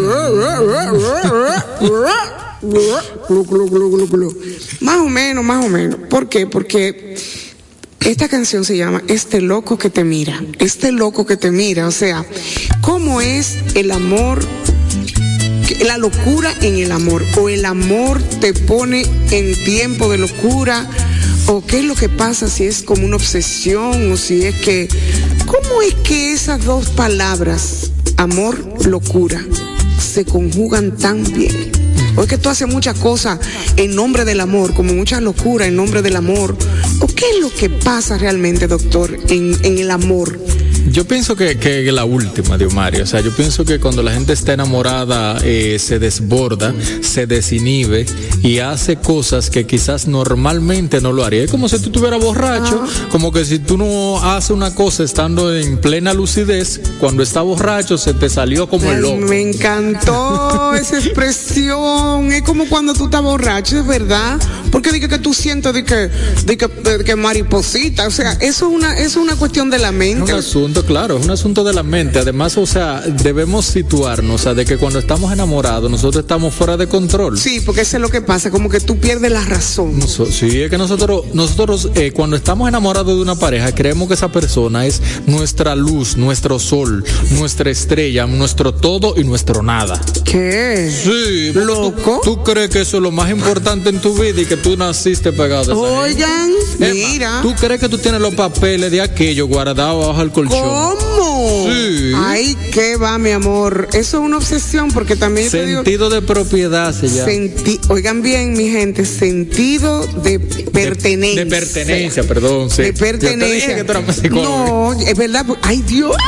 Más o menos, más o menos. ¿Por qué? Porque esta canción se llama Este loco que te mira. Este loco que te mira. O sea, ¿cómo es el amor? La locura en el amor. O el amor te pone en tiempo de locura. O qué es lo que pasa, si es como una obsesión o si es que... ¿Cómo es que esas dos palabras, amor, locura, se conjugan tan bien? O es que tú haces muchas cosas en nombre del amor, como mucha locura en nombre del amor. ¿O qué es lo que pasa realmente, doctor, en, en el amor? Yo pienso que, que la última, Diomario. O sea, yo pienso que cuando la gente está enamorada eh, se desborda, se desinhibe y hace cosas que quizás normalmente no lo haría. Es como si tú estuvieras borracho, ah. como que si tú no haces una cosa estando en plena lucidez, cuando está borracho se te salió como Ay, el loco. Me encantó esa expresión. Es como cuando tú estás borracho, es verdad. Porque dije que tú sientes de que, de que, de que mariposita. O sea, eso es una, eso es una cuestión de la mente. Es un asunto, claro, es un asunto de la mente. Además, o sea, debemos situarnos, o sea, de que cuando estamos enamorados, nosotros estamos fuera de control. Sí, porque eso es lo que pasa, como que tú pierdes la razón. Noso- sí, es que nosotros, nosotros eh, cuando estamos enamorados de una pareja, creemos que esa persona es nuestra luz, nuestro sol, nuestra estrella, nuestro todo y nuestro nada. ¿Qué? Sí, ¿Loco? Tú, tú crees que eso es lo más importante en tu vida y que tú naciste pegado a esa Oigan, gente. mira. Emma, ¿tú crees que tú tienes los papeles de aquello guardados bajo el colchón? ¿Cómo? Sí. Ay, qué va, mi amor. Eso es una obsesión porque también yo te digo, Sentido de propiedad se llama. Senti- Oigan bien, mi gente, sentido de pertenencia. De, de pertenencia, perdón. Sí. De pertenencia. Yo te dije que tú eras psicólogo. No, es verdad. Ay, Dios.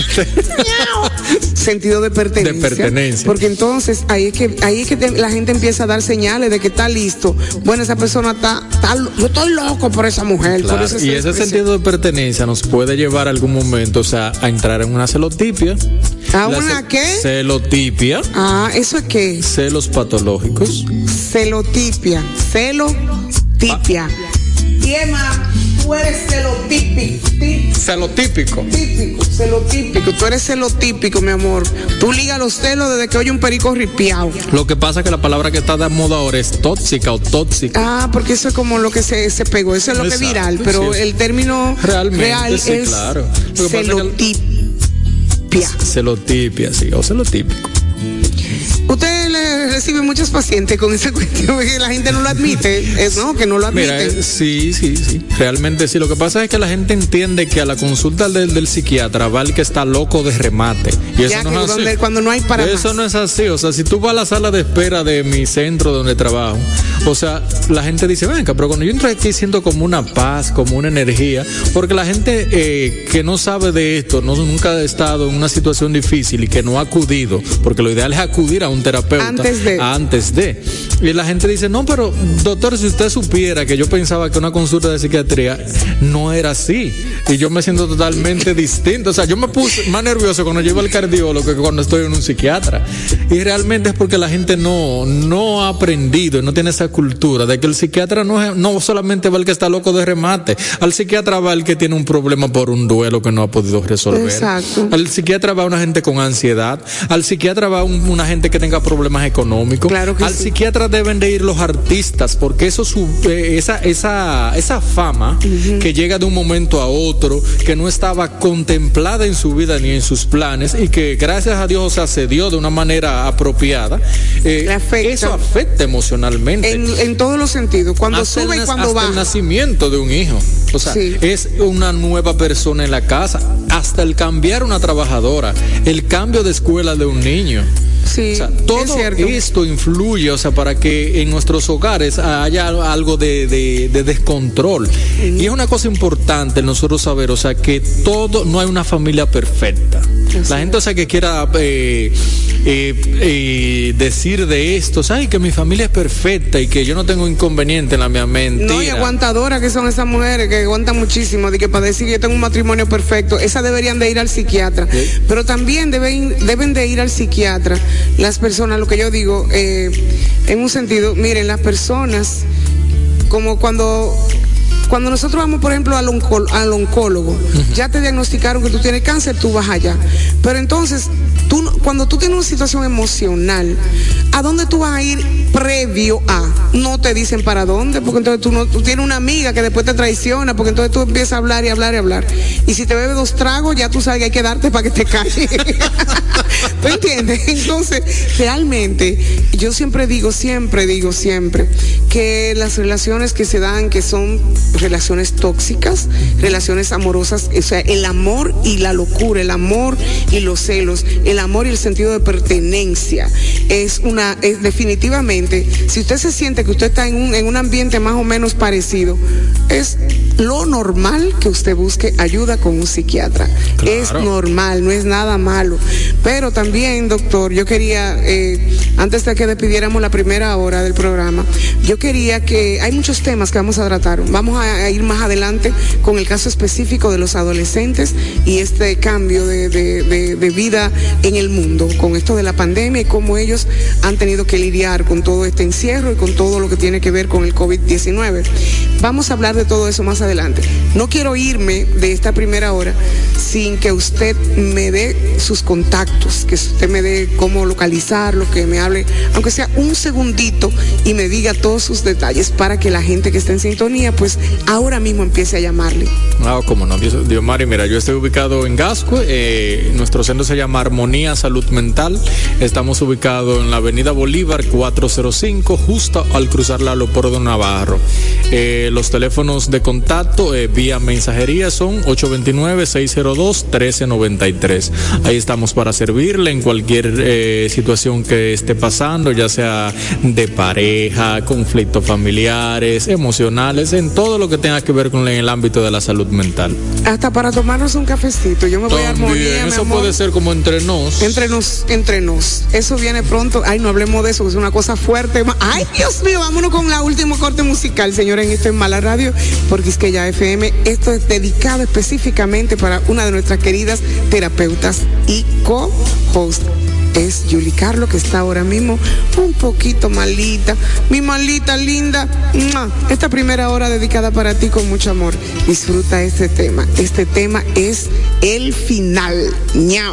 Sentido de pertenencia. De pertenencia. Porque entonces ahí es que ahí es que te- la gente empieza a dar señales de que está listo. Bueno, esa persona está, está yo estoy loco por esa mujer. Claro, por esa y ese expresión. sentido de pertenencia nos puede llevar a algún momento, o sea, a entrar en una celotipia. ¿A La una ce- qué? Celotipia. Ah, ¿eso es qué? Celos patológicos. Celotipia. Celotipia. Y Emma, tú eres celotípico. tí- Celotípico. Típico, celotípico. Tú eres celotípico, mi amor. Tú ligas los celos desde que oye un perico ripiao. Lo que pasa es que la palabra que está de moda ahora es tóxica o tóxica. Ah, porque eso es como lo que se, se pegó. Eso es lo que es Exacto, viral. Pero sí. el término Realmente, real sí, es claro. Lo que pasa es que el- celotipia. Celotipia, sí, o celotípico. Usted le recibe muchos pacientes con esa cuestión que la gente no lo admite. Es no, que no lo admite. Mira, eh, sí, sí, sí. Realmente sí. Lo que pasa es que la gente entiende que a la consulta del, del psiquiatra va el que está loco de remate. Y eso Ya no que es así. donde- cuando no hay para Eso más. no es así. O sea, si tú vas a la sala de espera de mi centro donde trabajo, o sea, la gente dice, venga, pero cuando yo entro aquí siento como una paz, como una energía, porque la gente eh, que no sabe de esto, no, nunca ha estado en una situación difícil y que no ha acudido, porque lo ideal es acudir a un terapeuta Antes de. antes de. Y la gente dice, no, pero doctor, si usted supiera que yo pensaba que una consulta de psiquiatría no era así. Y yo me siento totalmente distinto. O sea, yo me puse más nervioso cuando llevo al cardiólogo que cuando estoy en un psiquiatra. Y realmente es porque la gente no, no ha aprendido y no tiene esa cultura de que el psiquiatra no, es, no solamente va el que está loco de remate. Al psiquiatra va el que tiene un problema por un duelo que no ha podido resolver. Exacto. Al psiquiatra va una gente con ansiedad. Al psiquiatra va un, una gente que tenga problemas económicos. Claro que Al sí. psiquiatra deben de ir los artistas, porque eso su, eh, esa, esa, esa fama uh-huh. que llega de un momento a otro, que no estaba contemplada en su vida ni en sus planes, y que gracias a Dios, o sea, se dio de una manera apropiada, eh, afecta. eso afecta emocionalmente. En, en todos los sentidos. Cuando Hasta sube el, y cuando hasta baja. el nacimiento de un hijo. O sea, Sí. es una nueva persona en la casa. Hasta el cambiar una trabajadora, el cambio de escuela de un niño. Sí, O sea, es todo cierto. esto influye, o sea, para que en nuestros hogares haya algo de, de, de descontrol. Y es una cosa importante nosotros saber, o sea, que todo, no hay una familia perfecta. La gente, o sea, que quiera eh, eh, eh, decir de esto, ¿sabes? Que mi familia es perfecta y que yo no tengo inconveniente en la mía mente. No, y aguantadoras que son esas mujeres que aguantan muchísimo, de que para decir que yo tengo un matrimonio perfecto, esas deberían de ir al psiquiatra. ¿Sí? Pero también deben, deben de ir al psiquiatra las personas, lo que yo digo, eh, en un sentido, miren, las personas, como cuando... Cuando nosotros vamos, por ejemplo, al, onco, al oncólogo, uh-huh. ya te diagnosticaron que tú tienes cáncer, tú vas allá. Pero entonces, tú, cuando tú tienes una situación emocional, ¿a dónde tú vas a ir previo a? No te dicen para dónde, porque entonces tú, no, tú tienes una amiga que después te traiciona, porque entonces tú empiezas a hablar y hablar y hablar. Y si te bebes dos tragos, ya tú sabes que hay que darte para que te calles. ¿Tú entiendes? Entonces, realmente, yo siempre digo, siempre digo, siempre, que las relaciones que se dan, que son relaciones tóxicas, relaciones amorosas, o sea, el amor y la locura, el amor y los celos, el amor y el sentido de pertenencia, es una, es definitivamente, si usted se siente que usted está en un, en un ambiente más o menos parecido, es lo normal que usted busque ayuda con un psiquiatra. Claro. Es normal, no es nada malo. Pero también, doctor, yo quería, eh, antes de que despidiéramos la primera hora del programa, yo quería que, hay muchos temas que vamos a tratar, vamos a, a ir más adelante con el caso específico de los adolescentes y este cambio de, de, de, de vida en el mundo, con esto de la pandemia y cómo ellos han tenido que lidiar con todo este encierro y con todo lo que tiene que ver con el COVID diecinueve. Vamos a hablar de todo eso más adelante. No quiero irme de esta primera hora sin que usted me dé sus contactos, que usted me dé cómo localizarlo, que me hable, aunque sea un segundito, y me diga todos sus detalles para que la gente que está en sintonía, pues ahora mismo empiece a llamarle. Ah, como no, Dios, Dios Mari, mira, yo estoy ubicado en Gascue, eh, nuestro centro se llama Armonía Salud Mental, estamos ubicados en la avenida Bolívar cuatrocientos cinco, justo al cruzar la Leopoldo Navarro. Eh, los teléfonos de contacto eh, vía mensajería son ocho dos nueve, seis cero dos, uno tres nueve tres. Ahí estamos para servirle en cualquier eh, situación que esté pasando, ya sea de pareja, conflictos familiares, emocionales, en todo lo que tenga que ver con el ámbito de la salud mental. Hasta para tomarnos un cafecito. Yo me voy a Armonía. Eso amor. Puede ser como entre nos. Entre nos, entre nos. Eso viene pronto. Ay, no hablemos de eso, que es una cosa fuerte. Ay, Dios mío, vámonos con la última corte musical, señores, en esto en Mala Radio, por Quisqueya F M. Esto es dedicado específicamente para una de nuestras queridas terapeutas y co-host. Es Julie Carlo, que está ahora mismo un poquito malita. Mi malita linda. Esta primera hora dedicada para ti con mucho amor. Disfruta este tema. Este tema es el final. Ñao.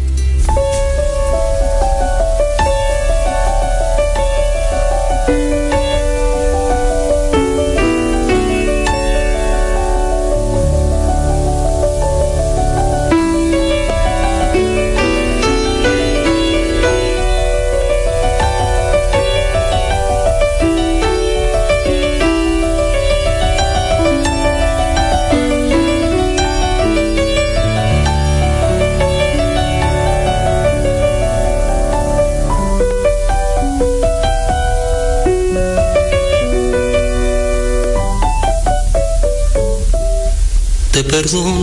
Te perdono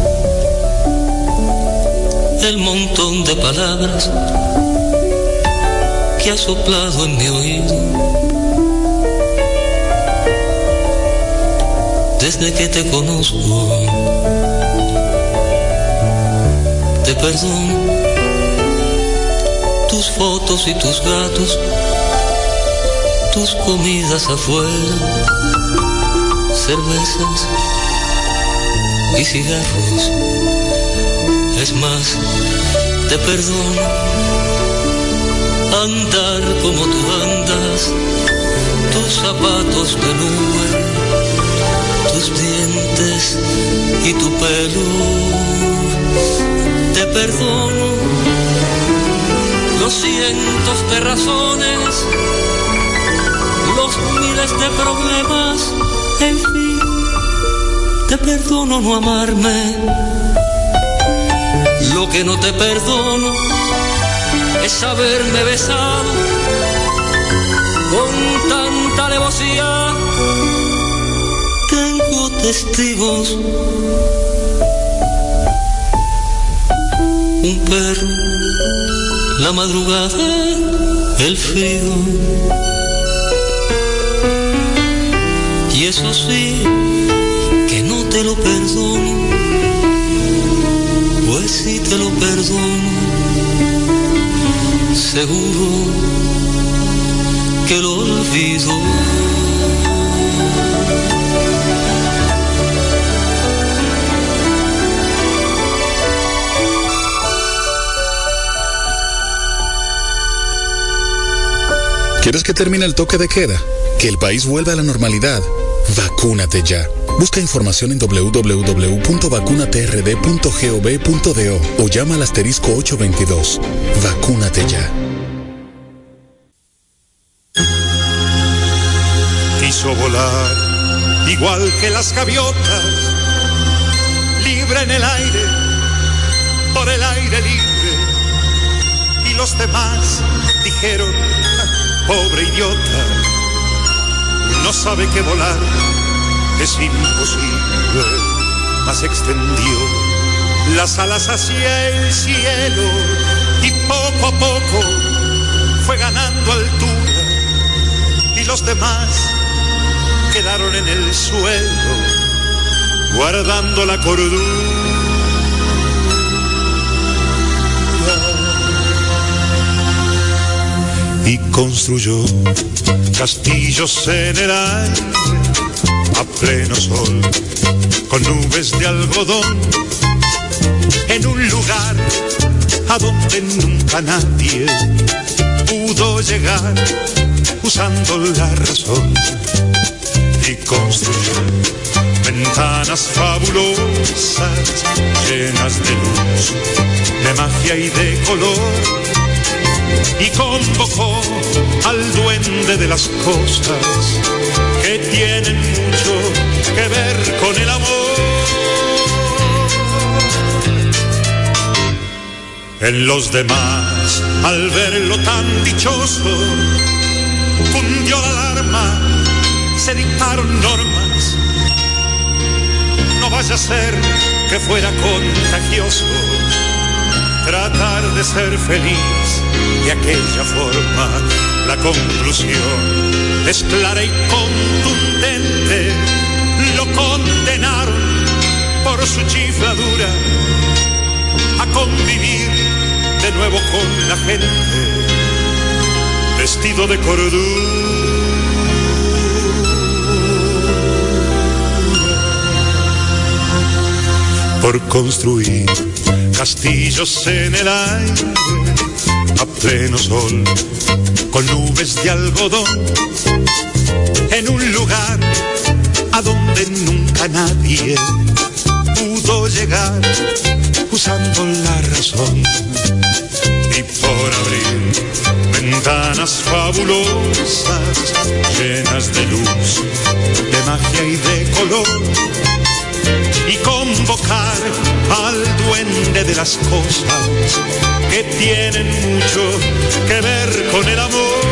el montón de palabras que has soplado en mi oído desde que te conozco. Te perdono tus fotos y tus gatos, tus comidas afuera, cervezas y cigarros. Es más, te perdono andar como tú andas, tus zapatos de nube, tus dientes y tu pelo. Te perdono los cientos de razones, los miles de problemas, en fin. Te perdono no amarme. Lo que no te perdono es haberme besado con tanta alevosía. Tengo testigos. un perro, la madrugada, el frío. Y eso sí, que no te lo perdono, pues si te lo perdono, seguro que lo olvido. ¿Quieres que termine el toque de queda? ¿Que el país vuelva a la normalidad? Vacúnate ya. Busca información en doble u doble u doble u punto vacunate r d punto gov punto do o llama al asterisco ocho veintidós. Vacúnate ya. Quiso volar igual que las gaviotas, libre en el aire, por el aire libre. Y los demás dijeron: pobre idiota, no sabe que volar es imposible. Mas extendió las alas hacia el cielo y poco a poco fue ganando altura. Y los demás quedaron en el suelo guardando la cordura. Y construyó castillos en el aire a pleno sol, con nubes de algodón, en un lugar a donde nunca nadie pudo llegar usando la razón. Y construyó ventanas fabulosas llenas de luz, de magia y de color. Y convocó al duende de las cosas que tienen mucho que ver con el amor. En los demás, al verlo tan dichoso, cundió la alarma, se dictaron normas. No vaya a ser que fuera contagioso tratar de ser feliz de aquella forma. La conclusión es clara y contundente: lo condenaron por su chifladura a convivir de nuevo con la gente, vestido de cordura. Por construir castillos en el aire a pleno sol, con nubes de algodón, en un lugar a donde nunca nadie pudo llegar usando la razón. Y por abrir ventanas fabulosas llenas de luz, de magia y de color, y convocar al duende de las cosas que tienen mucho que ver con el amor.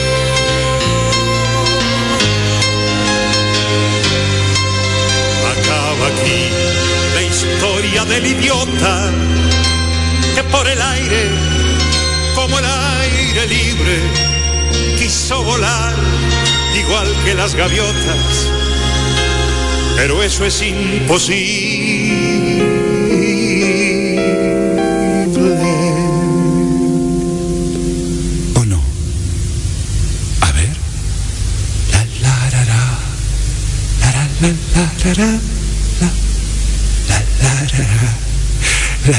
Acaba aquí la historia del idiota que por el aire, como el aire libre, quiso volar igual que las gaviotas. Pero eso es imposible. ¿O no? A ver. La la la la. La la la la la. La la la la. La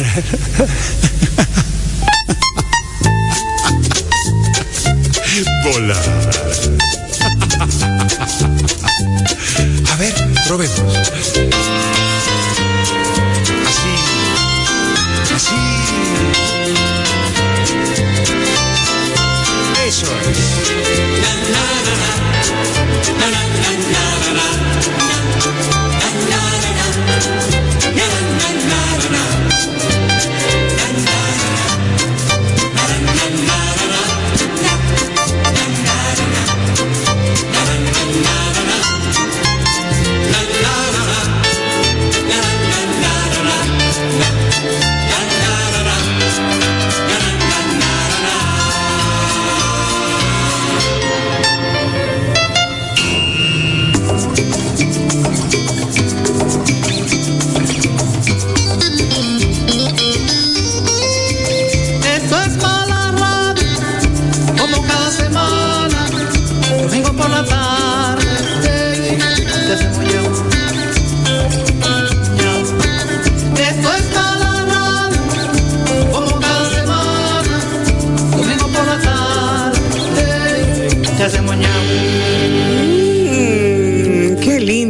la. Volar. A ver, probemos. Así, así. Eso es.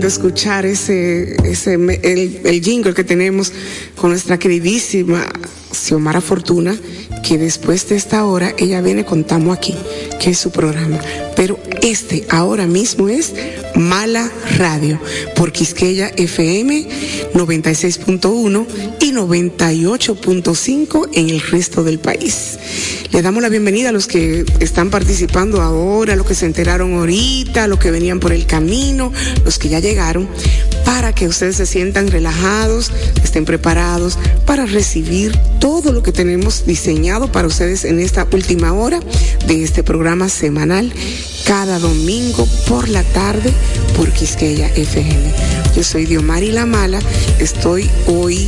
lindo escuchar ese, ese el, el jingle que tenemos con nuestra queridísima Xiomara Fortuna, que después de esta hora ella viene con Tamo Aquí, que es su programa. Pero este ahora mismo es Mala Radio, por Quisqueya F M noventa y seis punto uno y noventa y ocho punto cinco en el resto del país. Le damos la bienvenida a los que están participando ahora, los que se enteraron ahorita, los que venían por el camino, los que ya llegaron, para que ustedes se sientan relajados, estén preparados para recibir todo lo que tenemos diseñado para ustedes en esta última hora de este programa semanal, cada domingo por la tarde por Quisqueya F M. Yo soy Diomari La Mala, estoy hoy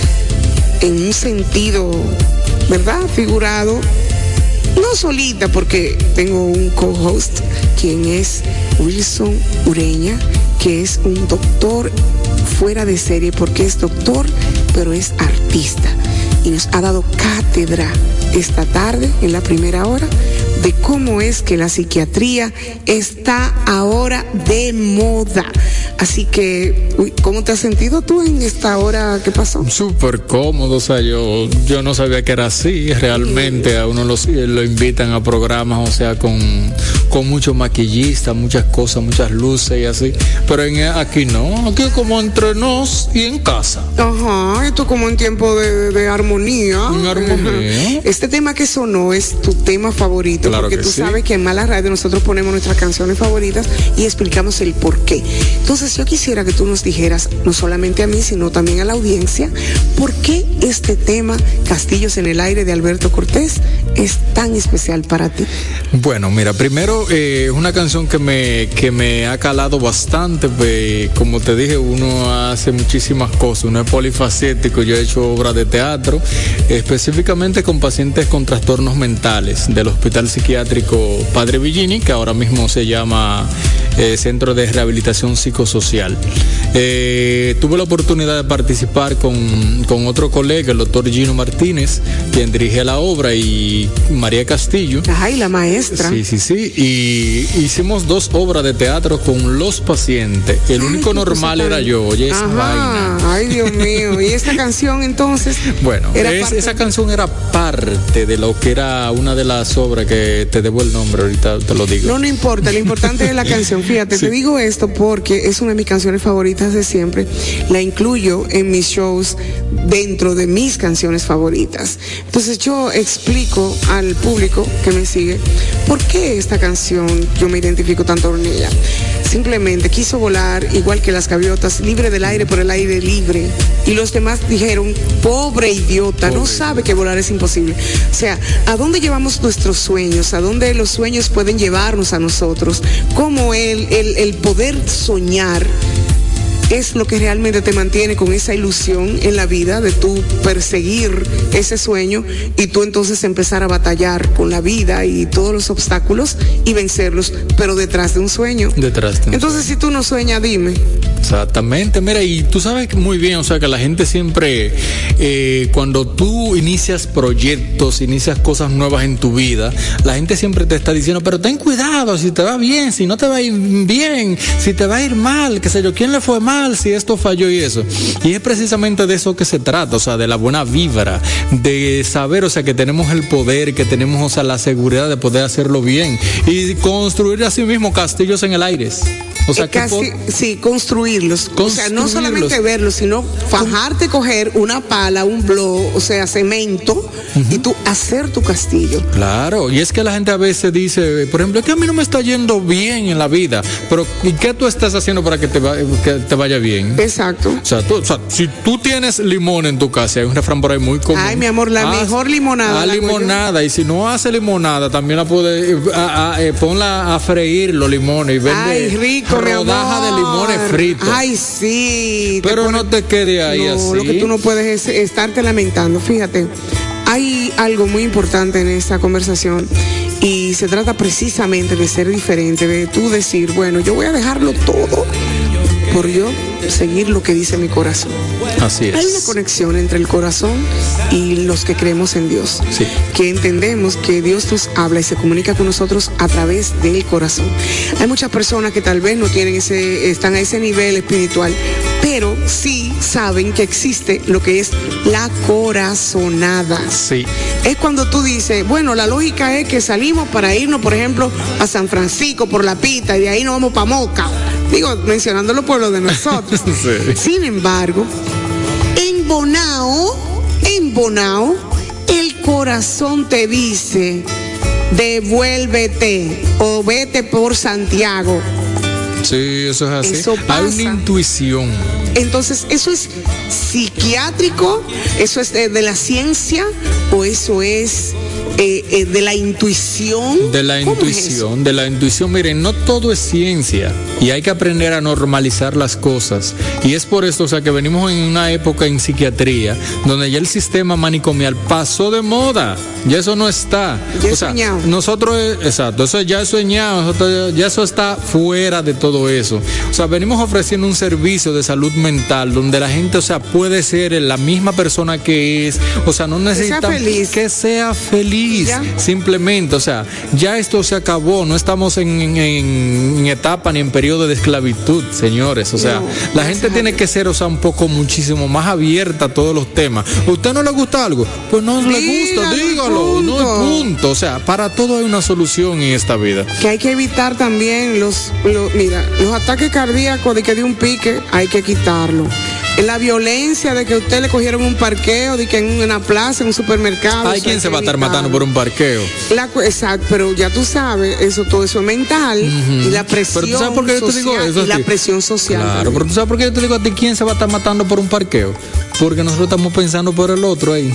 en un sentido, ¿verdad?, figurado, no solita, porque tengo un co-host, quien es Wilson Ureña, que es un doctor fuera de serie, porque es doctor, pero es artista, y nos ha dado cátedra esta tarde, en la primera hora, de cómo es que la psiquiatría está ahora de moda. Así que, uy, ¿cómo te has sentido tú en esta hora? ¿Qué pasó? Súper cómodo, o sea, yo, yo no sabía que era así. Realmente sí. A uno lo, lo invitan a programas, o sea, con, con muchos maquillistas, muchas cosas, muchas luces y así. Pero en, aquí no, aquí como entre nos y en casa. Ajá, esto como en tiempo de, de armonía. En armonía. Este tema que sonó es tu tema favorito, claro, porque que tú sí. sabes que en Mala Radio nosotros ponemos nuestras canciones favoritas y explicamos el por qué. Entonces yo quisiera que tú nos dijeras, no solamente a mí, sino también a la audiencia, ¿por qué este tema, Castillos en el Aire, de Alberto Cortés, es tan especial para ti? Bueno, mira, primero es eh, una canción que me, que me ha calado bastante. Pues, como te dije, uno hace muchísimas cosas, uno es polifacético. Yo he hecho obras de teatro, específicamente con pacientes con trastornos mentales del Hospital Psiquiátrico Padre Villini, que ahora mismo se llama eh, Centro de Rehabilitación Psicosocial. Eh, tuve la oportunidad de participar con, con otro colega, el doctor Gino Martínez, quien dirige la obra, y María Castillo. Ay, la maestra. Sí, sí, sí. Y hicimos dos obras de teatro con los pacientes. El Ay, único normal era yo. Oye, esa vaina. Ay, Dios mío. ¿Y esta canción entonces? Bueno, es, esa canción era parte de lo que era una de las obras, que te debo el nombre, ahorita te lo digo. No, no importa, lo importante es la canción. Fíjate, sí. Te digo esto porque es una de mis canciones favoritas de siempre. La incluyo en mis shows dentro de mis canciones favoritas. Entonces yo explico al público que me sigue por qué esta canción yo me identifico tanto con ella. Simplemente quiso volar igual que las gaviotas, libre del aire por el aire libre. Y los demás dijeron, pobre idiota, pobre. No sabe que volar es imposible. O sea, ¿a dónde llevamos nuestros sueños? ¿A dónde los sueños pueden llevarnos a nosotros? ¿Cómo el, el, el poder soñar es lo que realmente te mantiene con esa ilusión en la vida de tú perseguir ese sueño y tú entonces empezar a batallar con la vida y todos los obstáculos y vencerlos, pero detrás de un sueño? Detrás de un Entonces, sueño. Si tú no sueñas, dime. Exactamente, mira, y tú sabes muy bien, o sea, que la gente siempre, eh, cuando tú inicias proyectos, inicias cosas nuevas en tu vida, la gente siempre te está diciendo, pero ten cuidado, si te va bien, si no te va a ir bien, si te va a ir mal, qué sé yo, ¿quién le fue mal, si esto falló y eso? Y es precisamente de eso que se trata, o sea, de la buena vibra, de saber, o sea, que tenemos el poder, que tenemos, o sea, la seguridad de poder hacerlo bien y construir así mismo castillos en el aire. O sea, casi, que por... sí, construirlos. construirlos. O sea, no solamente verlos, sino fajarte, coger una pala, un bloque, o sea, cemento, uh-huh. y tú hacer tu castillo. Claro, y es que la gente a veces dice, por ejemplo, es que a mí no me está yendo bien en la vida, pero ¿y qué tú estás haciendo para que te, va, que te vaya bien? Exacto. O sea, tú, o sea, si tú tienes limón en tu casa, hay un refrán por ahí muy común. Ay, mi amor, la haz, mejor limonada. A limonada, y si no hace limonada, también la puedes, a, a, a, ponla a freír los limones y vende. Ay, rico. Rodaja de limones fritos. Ay, sí. Pero te pone... no te quede ahí no, así. Lo que tú no puedes es estarte lamentando. Fíjate, hay algo muy importante en esta conversación y se trata precisamente de ser diferente, de tú decir, bueno, yo voy a dejarlo todo por yo seguir lo que dice mi corazón. Así es. Hay una conexión entre el corazón y los que creemos en Dios. Sí. Que entendemos que Dios nos habla y se comunica con nosotros a través del corazón. Hay muchas personas que tal vez no tienen ese, están a ese nivel espiritual, pero sí saben que existe lo que es la corazonada. Sí. Es cuando tú dices, bueno, la lógica es que salimos para irnos, por ejemplo, a San Francisco por la Pita y de ahí nos vamos para Moca. Digo, mencionando los pueblos de nosotros. Sí. Sin embargo, en Bonao, en Bonao, el corazón te dice, devuélvete o vete por Santiago. Sí, eso es así. Eso pasa. Hay una intuición. Entonces, ¿eso es psiquiátrico? ¿Eso es de, de la ciencia? ¿O eso es eh, eh, de la intuición? De la intuición, de la intuición. Miren, no todo es ciencia y hay que aprender a normalizar las cosas. Y es por esto, o sea, que venimos en una época en psiquiatría donde ya el sistema manicomial pasó de moda. Ya eso no está. Ya o sea, soñado. Nosotros, exacto, eso ya es soñado, nosotros, ya eso está fuera de todo eso. O sea, venimos ofreciendo un servicio de salud mental donde la gente, o sea, puede ser la misma persona que es, o sea, no necesita que sea feliz, que sea feliz ¿ya? Simplemente, o sea, ya esto se acabó, no estamos en, en, en etapa ni en periodo de esclavitud, señores, o sea, no, la gente tiene que ser, o sea, un poco muchísimo más abierta a todos los temas. ¿A usted no le gusta algo? Pues no le gusta, dígalo, no es punto, o sea, para todo hay una solución en esta vida. Que hay que evitar también los, los mira, los ataques cardíacos de que de un pique, hay que quitarlo. La violencia de que a usted le cogieron un parqueo, de que en una plaza, en un supermercado. Hay quien se va a estar matando por un parqueo. La, exacto, pero ya tú sabes, eso todo eso es mental, uh-huh. Y la presión pero tú sabes por qué yo te digo eso, y la presión social. Claro, también. Pero tú sabes por qué yo te digo a ti, ¿quién se va a estar matando por un parqueo? Porque nosotros estamos pensando por el otro ahí.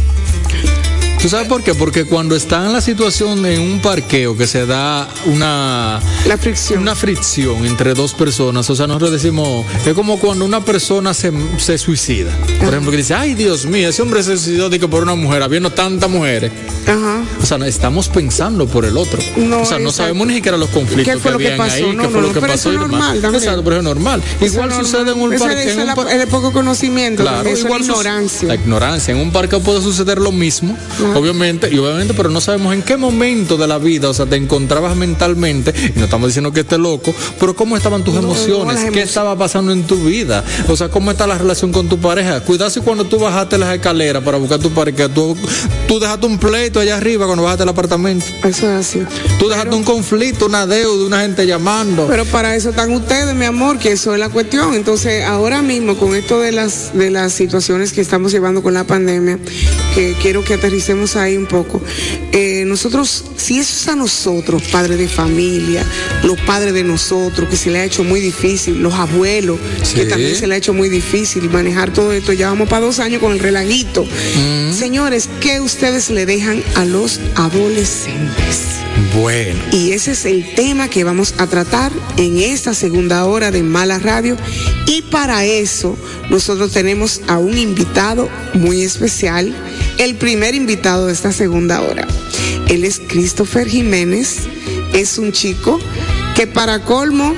¿Tú sabes por qué? Porque cuando está en la situación de un parqueo que se da una la fricción una fricción entre dos personas, o sea, nosotros decimos, es como cuando una persona se, se suicida. Por Ajá. ejemplo, que dice, ay Dios mío, ese hombre se suicidó de que por una mujer, habiendo tantas mujeres. Ajá. O sea, estamos pensando por el otro. No, o sea, no exacto. sabemos ni siquiera los conflictos ¿Qué fue que lo que habían pasó? ahí, No, qué fue no, lo que pero pasó eso y es demás. normal, Exacto, pero es normal. Eso Igual normal. sucede en un Esa, parque. esa en la, un par- el poco conocimiento, claro, eso igual es ignorancia. La ignorancia. En un parque puede suceder lo mismo, Ajá. obviamente, y obviamente, pero no sabemos en qué momento de la vida, o sea, te encontrabas mentalmente, y no estamos diciendo que estés loco, pero cómo estaban tus no, emociones, no, qué emociones. estaba pasando en tu vida, o sea, cómo está la relación con tu pareja. Cuidado si cuando tú bajaste las escaleras para buscar tu pareja, tú, tú dejaste un pleito allá arriba cuando bajaste el apartamento. Eso es así. Tú dejaste pero, un conflicto, una deuda, una gente llamando. Pero para eso están ustedes, mi amor, que eso es la cuestión. Entonces, ahora mismo, con esto de las, de las situaciones que estamos llevando con la pandemia, que quiero que aterricemos ahí un poco, eh, nosotros, si eso es a nosotros, padres de familia, los padres de nosotros, que se le ha hecho muy difícil, los abuelos, sí. que también se le ha hecho muy difícil manejar todo esto, ya vamos para dos años con el relaguito. Mm. Señores, ¿qué ustedes le dejan a los adolescentes? Bueno. Y ese es el tema que vamos a tratar en esta segunda hora de Mala Radio. Y para eso nosotros tenemos a un invitado muy especial, el primer invitado de esta segunda hora. Él es Christopher Jiménez, es un chico que para colmo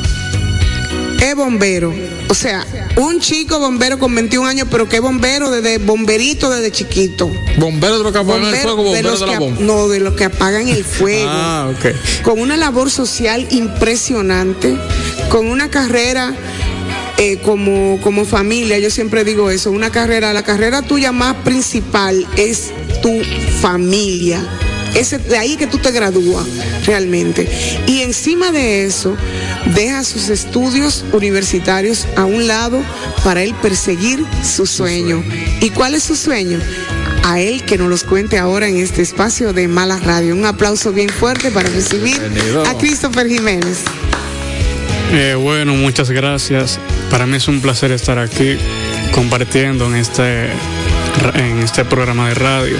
es bombero. O sea, un chico bombero con veintiún años, pero que bombero desde bomberito desde chiquito. ¿Bombero de los que apagan el fuego o bombero de, de la bomba? No, de los que apagan el fuego. Ah, ok. Con una labor social impresionante, con una carrera eh, como, como familia, yo siempre digo eso, una carrera, la carrera tuya más principal es tu familia. Es de ahí que tú te gradúas realmente. Y encima de eso, deja sus estudios universitarios a un lado para él perseguir su sueño. ¿Y cuál es su sueño? A él que nos los cuente ahora en este espacio de Mala Radio. Un aplauso bien fuerte para recibir Bienvenido. a Christopher Jiménez. Eh, bueno, muchas gracias. Para mí es un placer estar aquí compartiendo en este, en este programa de radio.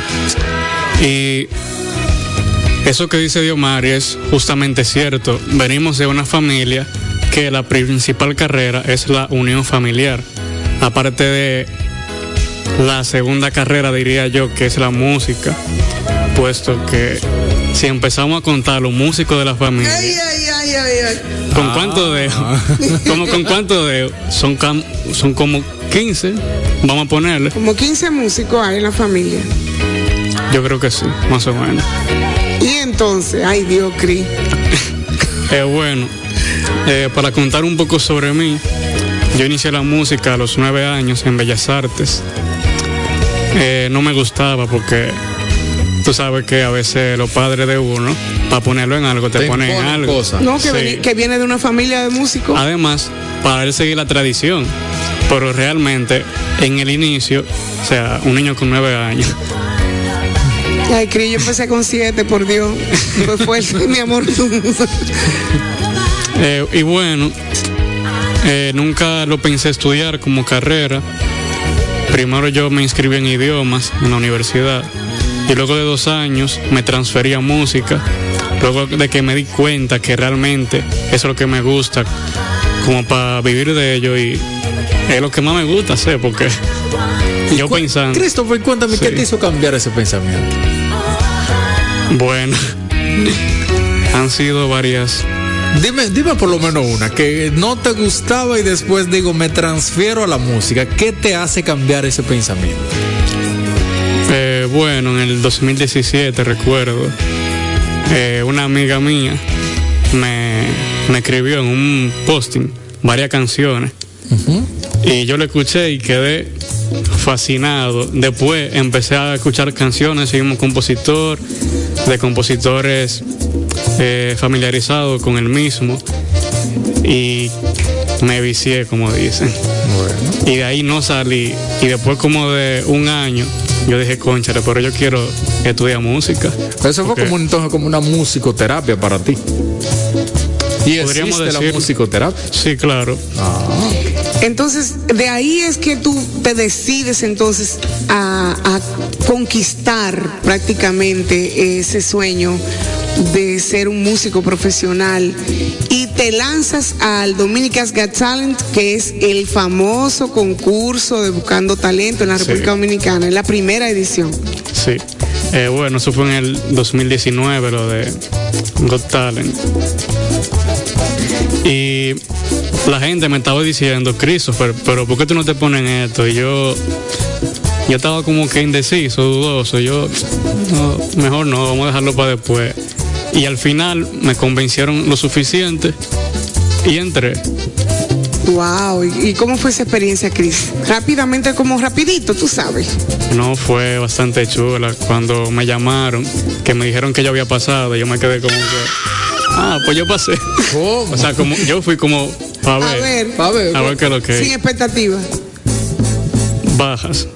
Y eso que dice Diomari es justamente cierto. Venimos de una familia que la principal carrera es la unión familiar. Aparte de la segunda carrera, diría yo, que es la música, puesto que si empezamos a contar los músicos de la familia, Ay, ay, ay, ay, ay. ¿con Ah. cuántos dedos? ¿Cómo con cuántos dedos? Son, cam- son como quince, vamos a ponerle. Como quince músicos hay en la familia. Yo creo que sí, más o menos. Y entonces, ay Dios, Cris. Eh, bueno, eh, para contar un poco sobre mí, yo inicié la música a los nueve años en Bellas Artes. Eh, no me gustaba porque tú sabes que a veces los padres de uno, para ponerlo en algo, te, Te ponen en imponen algo. cosas. No, que, Sí. veni- que viene de una familia de músicos. Además, para él seguir la tradición. Pero realmente, en el inicio, o sea, un niño con nueve años, Ay, Cris, yo empecé con siete, por Dios. Fue fuerte, mi amor. eh, y bueno, eh, nunca lo pensé estudiar como carrera. Primero yo me inscribí en idiomas en la universidad y luego de dos años me transferí a música, luego de que me di cuenta que realmente eso es lo que me gusta, como para vivir de ello, y es lo que más me gusta hacer, porque yo Cu- pensando, Christopher, cuéntame, ¿qué Sí. te hizo cambiar ese pensamiento? bueno, han sido varias. Dime, dime por lo menos una, que no te gustaba y después digo, me transfiero a la música. ¿Qué te hace cambiar ese pensamiento? Eh, bueno, en el dos mil diecisiete recuerdo, eh, una amiga mía me, me escribió en un posting varias canciones y yo le escuché y quedé fascinado. Después empecé a escuchar canciones de un compositor, de compositores eh, familiarizados con el mismo, y me vicié, como dicen. Bueno. Y de ahí no salí. Y después como de un año, yo dije, cónchale, pero yo quiero estudiar música. Eso fue Ok. como entonces como una musicoterapia para ti. Y Podríamos existe la decir- musicoterapia. Sí, claro. Entonces, de ahí es que tú te decides entonces a, a conquistar prácticamente ese sueño de ser un músico profesional y te lanzas al Dominica's Got Talent, que es el famoso concurso de Buscando Talento en la Sí. República Dominicana, en la primera edición. Sí. Eh, bueno, eso fue en el dos mil diecinueve, lo de Got Talent. Y la gente me estaba diciendo, Christopher, pero ¿por qué tú no te pones en esto? Y yo, yo estaba como que indeciso, dudoso. Yo, no, mejor no, vamos a dejarlo para después. Y al final me convencieron lo suficiente y entré. Wow, ¿y y cómo fue esa experiencia, Cris? Rápidamente, como rapidito, tú sabes. No, fue bastante chula. Cuando me llamaron, que me dijeron que yo había pasado, yo me quedé como que, ah, pues yo pasé. ¿Cómo? O sea, como yo fui como a ver, A ver, A ver, a ver qué es lo que sin hay. expectativa. Bajas.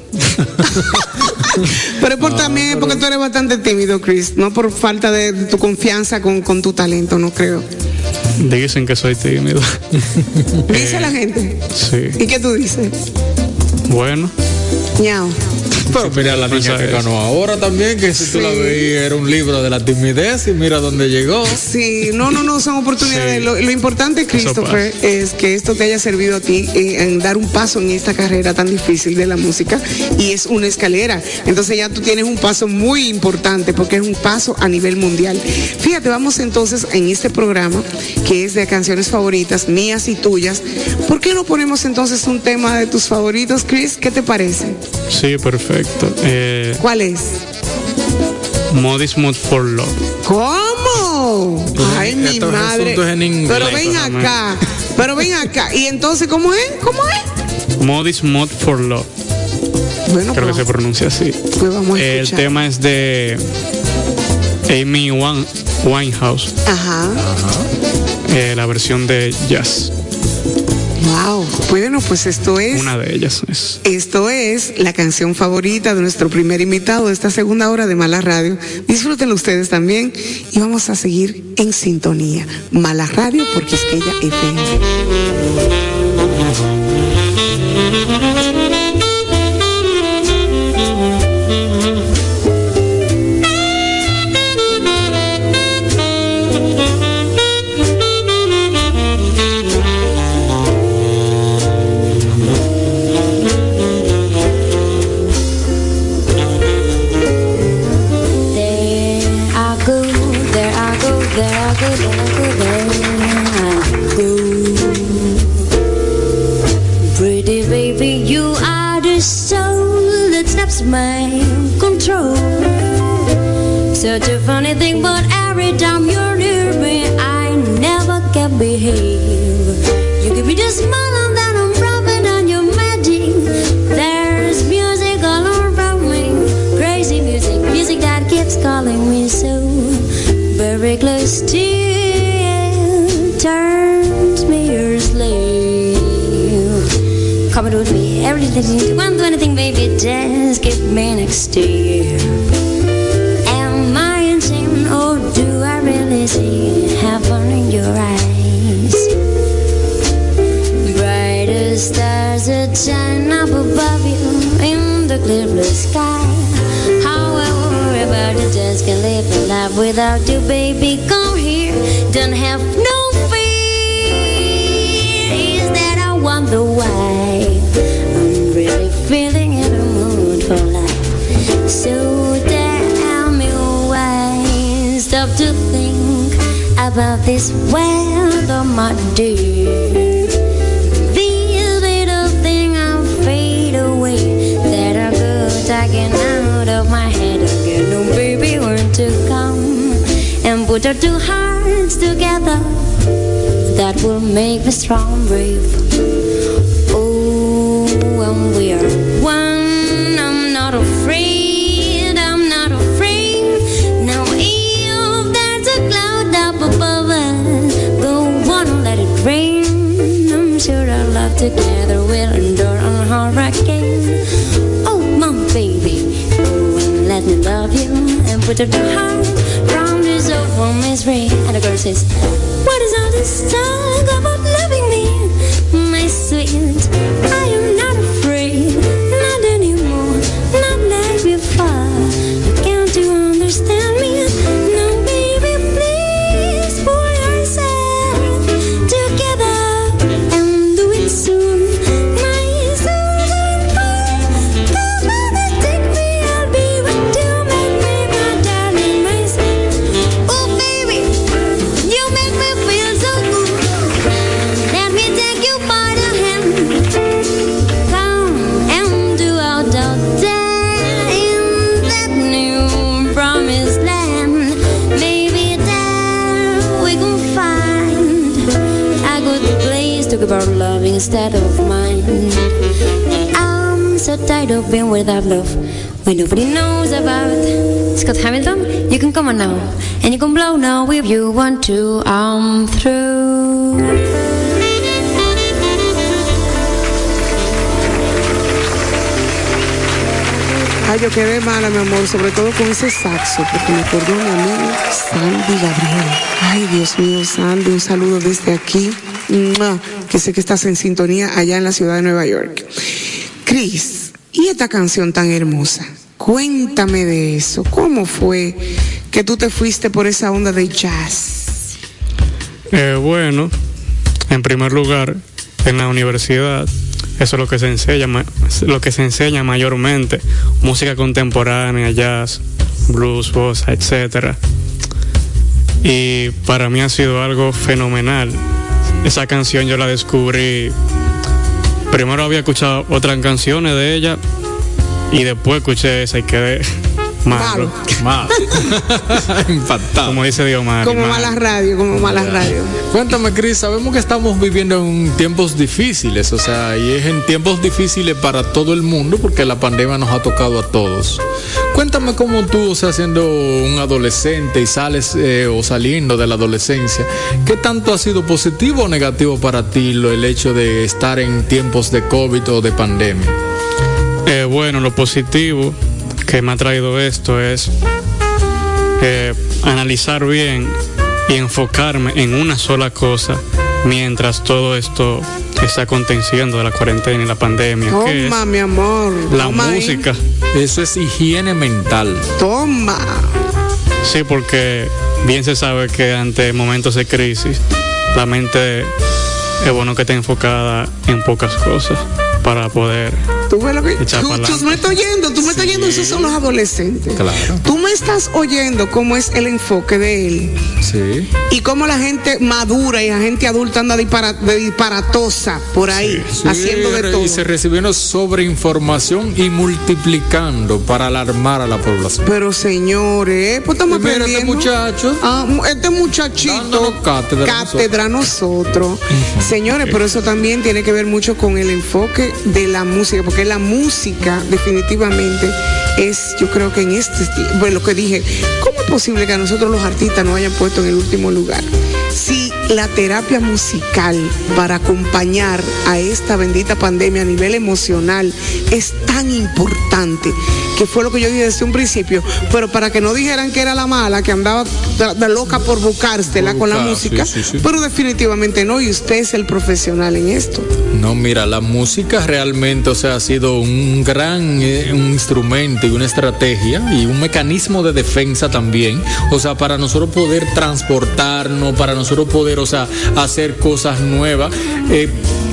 Pero es por también porque tú eres bastante tímido, Chris, no por falta de, de tu confianza con, con tu talento, no creo. Dicen que soy tímido. Dice Eh, la gente. Sí. ¿Y qué tú dices? Bueno, Ñao. Pero mira la niña que ganó ahora también, que si tú la Sí. veías era un libro de la timidez y mira dónde llegó. Sí, no, no, no, son oportunidades. Sí. Lo, lo importante, Christopher, es que esto te haya servido a ti eh, en dar un paso en esta carrera tan difícil de la música, y es una escalera. Entonces ya tú tienes un paso muy importante porque es un paso a nivel mundial. Fíjate, vamos entonces en este programa que es de canciones favoritas, mías y tuyas. ¿Por qué no ponemos entonces un tema de tus favoritos, Chris? ¿Qué te parece? sí, perfecto. Eh, ¿Cuál es? Modest Mood for Love. ¿Cómo? Ay, mi Estos madre. asuntos en inglés. Pero ven acá, pero ven acá. Y entonces, ¿cómo es? ¿Cómo es? Modest Mood for Love. Bueno, Creo que pues, se pronuncia así. pues vamos a El escuchar. tema es de Amy Wan- Winehouse, Ajá. eh, la versión de jazz. Wow. Bueno, pues esto es. Una de ellas es. Esto es la canción favorita de nuestro primer invitado de esta segunda hora de Mala Radio. Disfrútenlo ustedes también y vamos a seguir en sintonía. Mala Radio por Quisqueya F M. There I go lost my control. Such a funny thing, but every time you're near me, I never can behave. You give me the smile and then I'm rubbing on your magic. There's music all around me, crazy music, music that keeps calling me so very close to you. Turns me your slave. Come with me, everything you want, do anything, baby, just get me next to you. Am I insane, or do I really see heaven in your eyes? Brighter stars that shine up above you in the clear blue sky. However, everybody just can't live a life without you, baby. Come here, don't have no wonder why I'm really feeling in a mood for life. So tell me why. Stop to think about this weather, my dear. These little things I fade away, that are good taken out of my head again. Oh baby, when to come and put our two hearts together, that will make me strong, brave. When we are one, I'm not afraid, I'm not afraid. Now if there's a cloud up above us, go on and let it rain. I'm sure our love together will endure on a hurricane. Oh, my baby, go and let me love you and put your heart from this awful misery. And the girl says, what is all this talk about loving me, my sweet? I am not afraid, not anymore, not like before. Can't you understand me? No, baby, please pull yourself together and do it soon. My soul's on fire. Come on and take me, I'll be with you. Make me my darling, my sweet. Oh, baby, you make me feel so good. Let me take you by the hand. Come and do our day in that new promised land. Maybe there we can find a good place to give our love instead of mine. I'm so tired of being without love when nobody knows about Scott Hamilton. You can come on now, and you can blow now if you want to. I'm through. Ay, yo quedé mala, mi amor, sobre todo con ese saxo, porque me acordó mi amigo Sandy Gabriel. Ay, Dios mío, Sandy, un saludo desde aquí, ¡mua!, que sé que estás en sintonía allá en la ciudad de Nueva York. Cris, ¿y esta canción tan hermosa? Cuéntame de eso. ¿Cómo fue que tú te fuiste por esa onda de jazz? Eh, bueno, en primer lugar, en la universidad, eso es lo que se enseña, lo que se enseña mayormente, música contemporánea, jazz, blues, bossa, etcétera. Y para mí ha sido algo fenomenal. Esa canción yo la descubrí, primero había escuchado otras canciones de ella y después escuché esa y quedé malo. Malo. Impactado. Como dice Diomar. Como malas radio, como malas radio. Cuéntame, Cris, sabemos que estamos viviendo en tiempos difíciles, o sea, y es en tiempos difíciles para todo el mundo porque la pandemia nos ha tocado a todos. Cuéntame cómo tú, o sea, siendo un adolescente y sales eh, o saliendo de la adolescencia, ¿qué tanto ha sido positivo o negativo para ti lo, el hecho de estar en tiempos de COVID o de pandemia? Eh, bueno, lo positivo que me ha traído esto es eh, analizar bien y enfocarme en una sola cosa mientras todo esto está aconteciendo de la cuarentena y la pandemia. Toma, que es mi amor. La Toma música. Ahí. Eso es higiene mental. Toma. Sí, porque bien se sabe que ante momentos de crisis la mente es bueno que esté enfocada en pocas cosas para poder ¿Tú ves lo que echar tú, para tú me estás oyendo? ¿Tú me estás Sí. oyendo? Esos son los adolescentes. Claro. Tú me estás oyendo cómo es el enfoque de él Sí. y cómo la gente madura y la gente adulta anda dispara- de disparatosa por ahí, Sí, haciendo de todo. y se recibiendo sobreinformación y multiplicando para alarmar a la población. Pero señores, pues estamos Y mira, este aprendiendo. muchacho. Ah, este muchachito, Dándonos cátedra a cátedra a nosotros. Señores, pero eso también tiene que ver mucho con el enfoque de la música, porque la música definitivamente es, yo creo que en este, bueno, lo que dije, ¿cómo es posible que a nosotros los artistas nos hayan puesto en el último lugar? Si la terapia musical para acompañar a esta bendita pandemia a nivel emocional es tan importante, que fue lo que yo dije desde un principio, pero para que no dijeran que era la mala, que andaba de loca por buscársela con la Buscar, música, sí, sí, sí. pero definitivamente no, y usted es el profesional en esto. No, mira, la música realmente, o sea, ha sido un gran eh, un instrumento y una estrategia y un mecanismo de defensa también, o sea, para nosotros poder transportarnos, para nosotros poder, o sea, hacer cosas nuevas. Eh,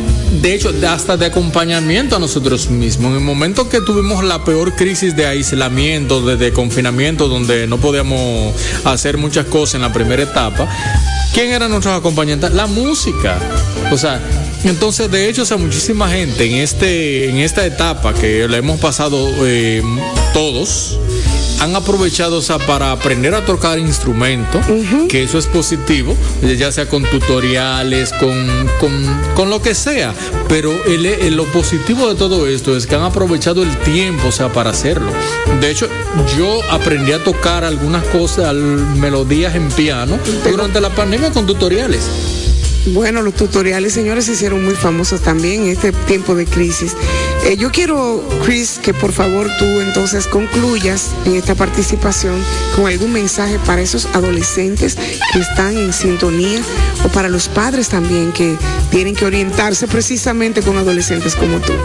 De hecho, hasta de acompañamiento a nosotros mismos. En el momento que tuvimos la peor crisis de aislamiento, de, de confinamiento, donde no podíamos hacer muchas cosas en la primera etapa, ¿quién eran nuestros acompañantes? La música. O sea, entonces, de hecho, o sea, muchísima gente en este, en esta etapa que la hemos pasado eh, todos, han aprovechado, o sea, para aprender a tocar instrumentos, uh-huh. que eso es positivo, ya sea con tutoriales, con, con, con lo que sea, pero el, el, lo positivo de todo esto es que han aprovechado el tiempo, o sea, para hacerlo. De hecho, yo aprendí a tocar algunas cosas, melodías en piano, durante la pandemia con tutoriales. Bueno, los tutoriales, señores, se hicieron muy famosos también en este tiempo de crisis. Eh, yo quiero, Chris, que por favor tú entonces concluyas en esta participación con algún mensaje para esos adolescentes que están en sintonía o para los padres también que tienen que orientarse precisamente con adolescentes como tú.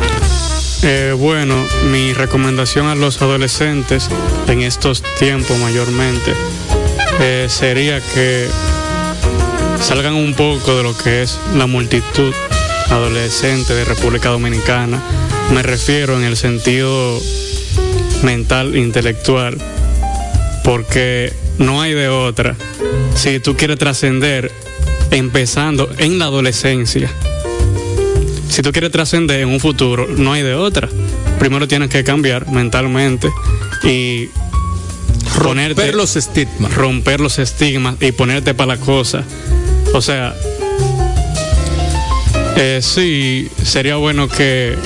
Eh, bueno, mi recomendación a los adolescentes en estos tiempos mayormente eh, sería que salgan un poco de lo que es la multitud adolescente de República Dominicana. Me refiero en el sentido mental, intelectual, porque no hay de otra. Si tú quieres trascender empezando en la adolescencia, si tú quieres trascender en un futuro, no hay de otra. Primero tienes que cambiar mentalmente y ponerte, romper los estigmas. Romper los estigmas y ponerte para la cosa. O sea, eh, sí, sería bueno que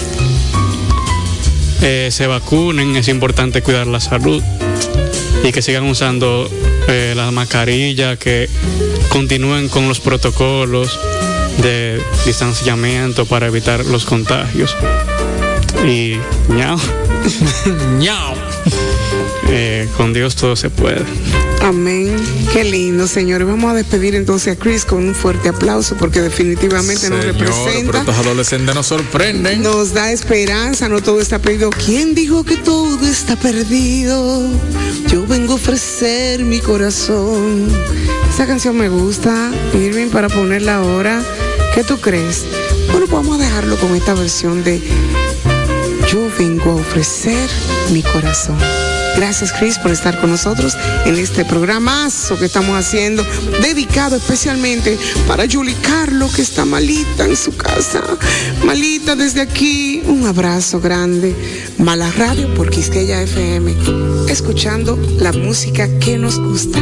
eh, se vacunen, es importante cuidar la salud y que sigan usando eh, las mascarillas, que continúen con los protocolos de distanciamiento para evitar los contagios. Y ñao. ñao. Eh, con Dios todo se puede. Amén. Qué lindo, señores. Vamos a despedir entonces a Chris con un fuerte aplauso porque definitivamente Señor, nos representa. Pero estos adolescentes nos sorprenden. Nos da esperanza, no todo está perdido. ¿Quién dijo que todo está perdido? Yo vengo a ofrecer mi corazón. Esa canción me gusta, Irving, para ponerla ahora. ¿Qué tú crees? Bueno, pues vamos a dejarlo con esta versión de Yo vengo a ofrecer mi corazón. Gracias, Chris, por estar con nosotros en este programazo que estamos haciendo, dedicado especialmente para Julie Carlo, que está malita en su casa. Malita desde aquí. Un abrazo grande. Mala Radio por Quisqueya F M. Escuchando la música que nos gusta.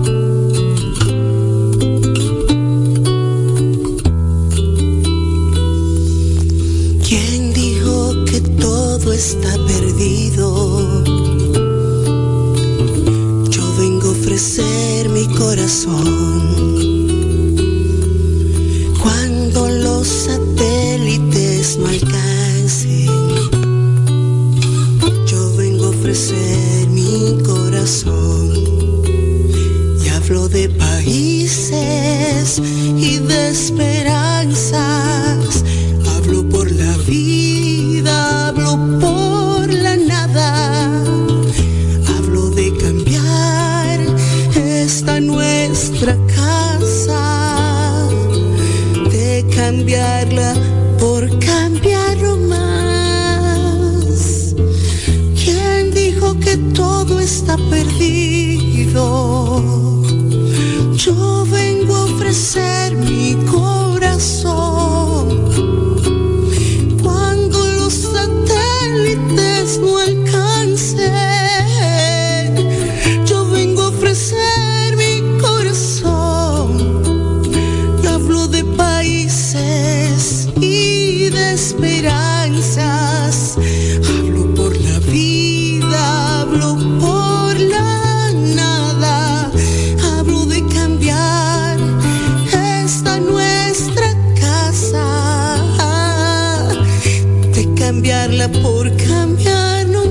¿Quién dijo que todo está perdido? Ofrecer mi corazón. Cuando los satélites no alcancen, yo vengo a ofrecer mi corazón. Y hablo de países y de esperanzas. Hablo por la vida, hablo por la nada. Hablo de cambiar esta nuestra casa perdido. Yo vengo a ofrecer mi corazón. Cuando los satélites no alcancen, yo vengo a ofrecer mi corazón. Y hablo de países y de esperanzas. Hablo por la vida, hablo por la nada. Hablo de cambiar esta nuestra casa, de cambiarla por cambiar no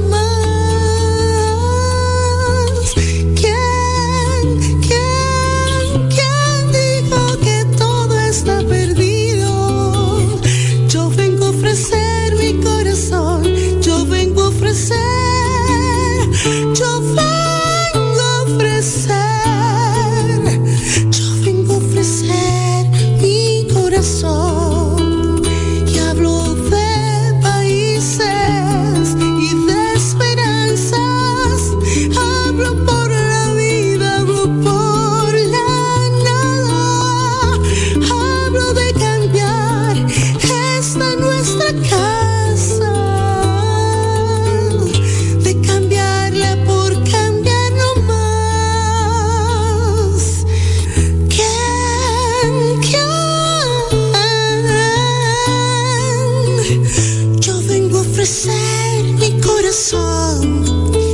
más. ¿Quién, quién, quién dijo que todo está perdido? Yo vengo a ofrecer mi corazón, yo vengo a ofrecer, yo vengo a ofrecer, yo vengo a ofrecer mi corazón. Y hablo de países y de esperanzas. Hablo por la vida, hablo por la nada. Hablo de cambiar esta nuestra casa, de cambiarla por cambiar no más. ¿Quién, quién? Yo vengo a ofrecer mi corazón.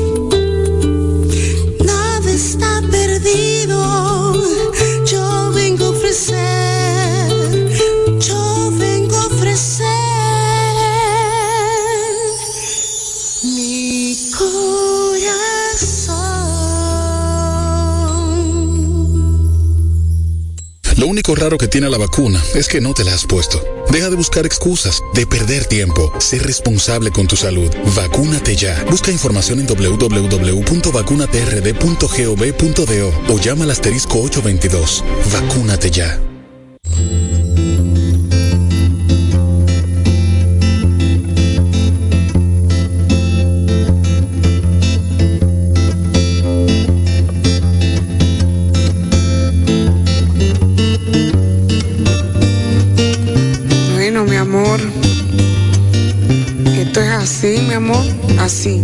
Nada está perdido. Yo vengo a ofrecer, yo vengo a ofrecer mi corazón. Lo único raro que tiene la vacuna es que no te la has puesto. Deja de buscar excusas, de perder tiempo. Sé responsable con tu salud. Vacúnate ya. Busca información en doble u doble u doble u punto vacunate r d punto gov punto do o llama al asterisco ocho veintidós. Vacúnate ya. Bueno, mi amor, esto es así, mi amor, así.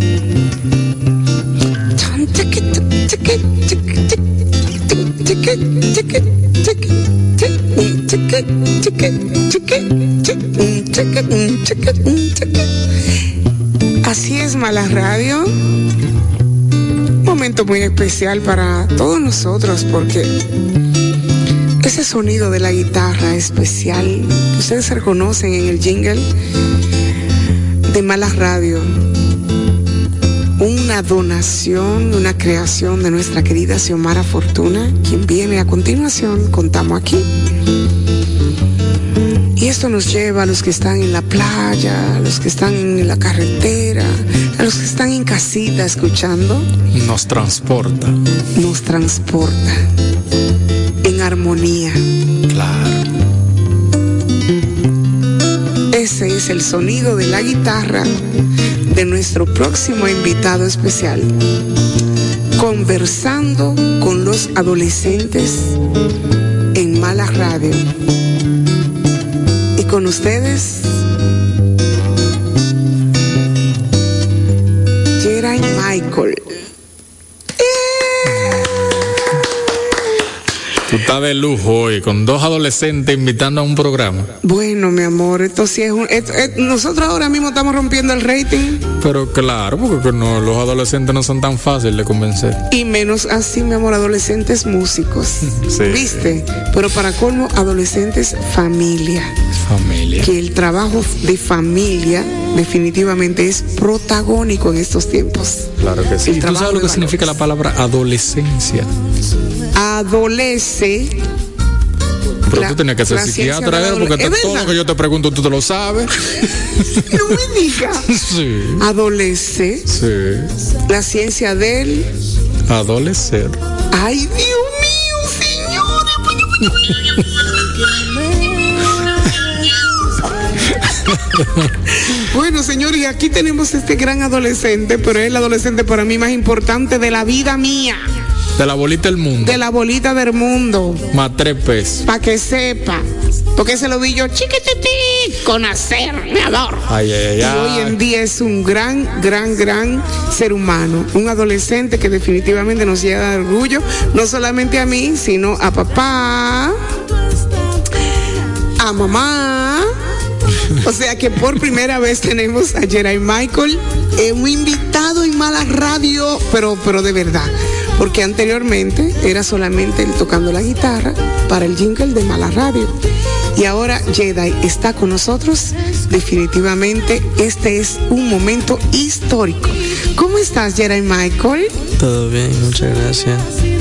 Así es, Mala Radio. Un momento muy especial para todos nosotros, porque ese sonido de la guitarra especial que ustedes reconocen en el jingle de Mala Radio, una donación, una creación de nuestra querida Xiomara Fortuna, quien viene a continuación, contamos aquí. Y esto nos lleva a los que están en la playa, a los que están en la carretera, a los que están en casita escuchando. Nos transporta. Nos transporta en armonía. Claro. Ese es el sonido de la guitarra de nuestro próximo invitado especial, conversando con los adolescentes en Mala Radio. Y con ustedes, Geray Michael. Tú estás de lujo hoy, con dos adolescentes invitando a un programa. Bueno, mi amor, esto sí es un... Esto, esto, nosotros ahora mismo estamos rompiendo el rating. Pero claro, porque no, los adolescentes no son tan fáciles de convencer. Y menos así, mi amor, adolescentes músicos. Sí. ¿Viste? Pero para colmo, adolescentes familia. Familia. Que el trabajo de familia definitivamente es protagónico en estos tiempos. Claro que sí. El ¿Y tú sabes lo que significa la palabra adolescencia? Adolece. Pero la, tú tenías que ser psiquiatra, ¿eh? Porque te, todo lo que yo te pregunto tú te lo sabes. No me digas. Sí. Adolece. Sí. La ciencia del adolecer. Ay, Dios mío, señores. Bueno, señores, y aquí tenemos este gran adolescente, pero es el adolescente para mí más importante de la vida mía. De la bolita del mundo. De la bolita del mundo. Más tres pesos. Para que sepa. Porque se lo vi yo chiquitití con hacer, me adoro. Ay, ay, ay. Y hoy en día es un gran, gran, gran ser humano. Un adolescente que definitivamente nos llena de orgullo, no solamente a mí, sino a papá, a mamá. O sea que por primera vez tenemos a Geray Michael, eh, un invitado en Mala Radio, pero, pero de verdad. Porque anteriormente era solamente él tocando la guitarra para el jingle de Mala Radio. Y ahora Jedi está con nosotros. Definitivamente este es un momento histórico. ¿Cómo estás, Geray Michael? Todo bien, muchas gracias.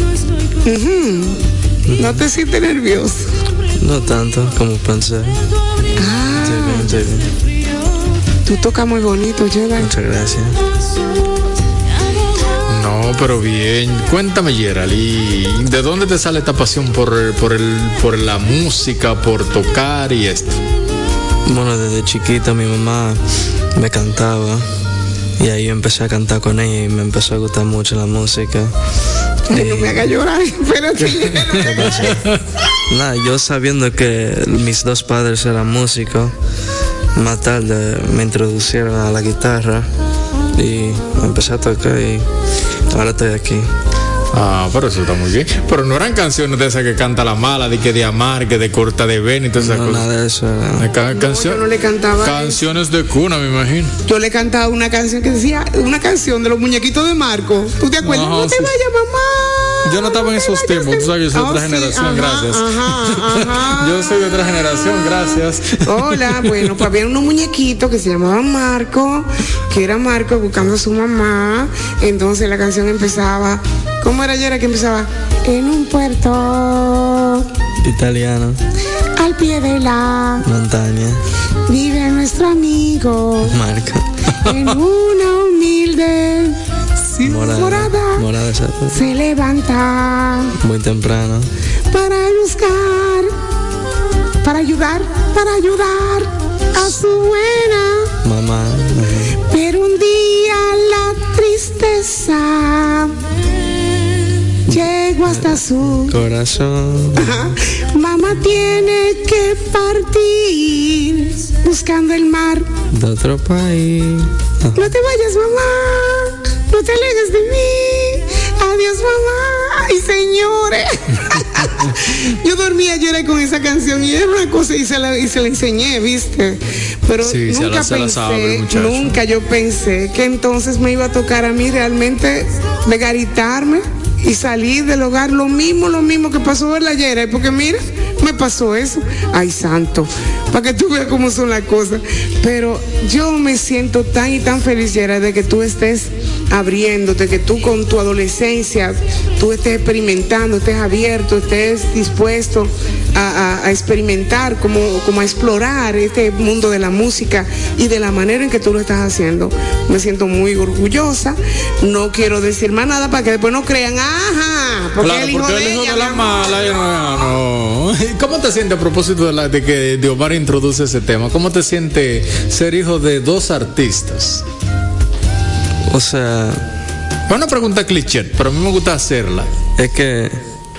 Uh-huh. ¿No te sientes nervioso? No tanto como pensé. Ah, estoy bien, estoy bien. Tú tocas muy bonito, Jedi. Muchas gracias. No, pero bien. Cuéntame, Gerald, ¿y de dónde te sale esta pasión por, por, el, por la música, por tocar y esto? Bueno, desde chiquita mi mamá me cantaba y ahí yo empecé a cantar con ella y me empezó a gustar mucho la música. Ay, y... no me haga llorar, espérate. Nada, yo sabiendo que mis dos padres eran músicos, más tarde me introducieron a la guitarra y empecé a tocar y ahora estoy aquí. Ah, pero eso está muy bien. Pero no eran canciones de esas que canta La Mala, de que de amar, que de corta de ven y todas esas no, cosas. Nada de eso. No. Ca- no, canción, yo no le cantaba. Canciones de cuna, me imagino. Yo le cantaba una canción que decía, una canción de los muñequitos de Marco. ¿Tú te acuerdas? Ajá, no te sí. vayas, mamá. Yo no estaba en esos tiempos, tú sabes, yo soy de oh, otra sí, generación, ajá, gracias. Ajá, ajá. Yo soy de otra generación, gracias. Hola, bueno, pues había unos muñequitos que se llamaban Marco, que era Marco buscando a su mamá. Entonces la canción empezaba, ¿cómo era ayer que empezaba? En un puerto italiano, al pie de la montaña, vive nuestro amigo Marco. En una humilde Sí, morada, morada, morada se levanta muy temprano para buscar, para ayudar, para ayudar a su buena mamá. Ajá. Pero un día la tristeza llegó hasta su corazón. Ajá. Mamá tiene que partir buscando el mar de otro país. Ajá. No te vayas, mamá. No te alejes de mí. Adiós, mamá. Ay, señores. Yo dormí ayer con esa canción y era una cosa y se la, y se la enseñé, ¿viste? Pero sí, nunca se la, pensé, se la sabe, nunca yo pensé que entonces me iba a tocar a mí realmente de garitarme y salir del hogar, lo mismo, lo mismo que pasó ayer, porque mira, me pasó eso. Ay, santo, para que tú veas cómo son las cosas. Pero yo me siento tan y tan feliz, Yera, de que tú estés abriéndote, que tú con tu adolescencia, tú estés experimentando, estés abierto, estés dispuesto a, a, a experimentar, como, como a explorar este mundo de la música y de la manera en que tú lo estás haciendo. Me siento muy orgullosa. No quiero decir más nada para que después no crean, ajá, porque claro, el hijo porque de el hijo ella, de la mala, no, no. ¿Cómo te sientes a propósito de, la, de que de Omar introduce ese tema? ¿Cómo te sientes ser hijo de dos artistas? O sea, es una pregunta cliché, pero a mí me gusta hacerla. Es que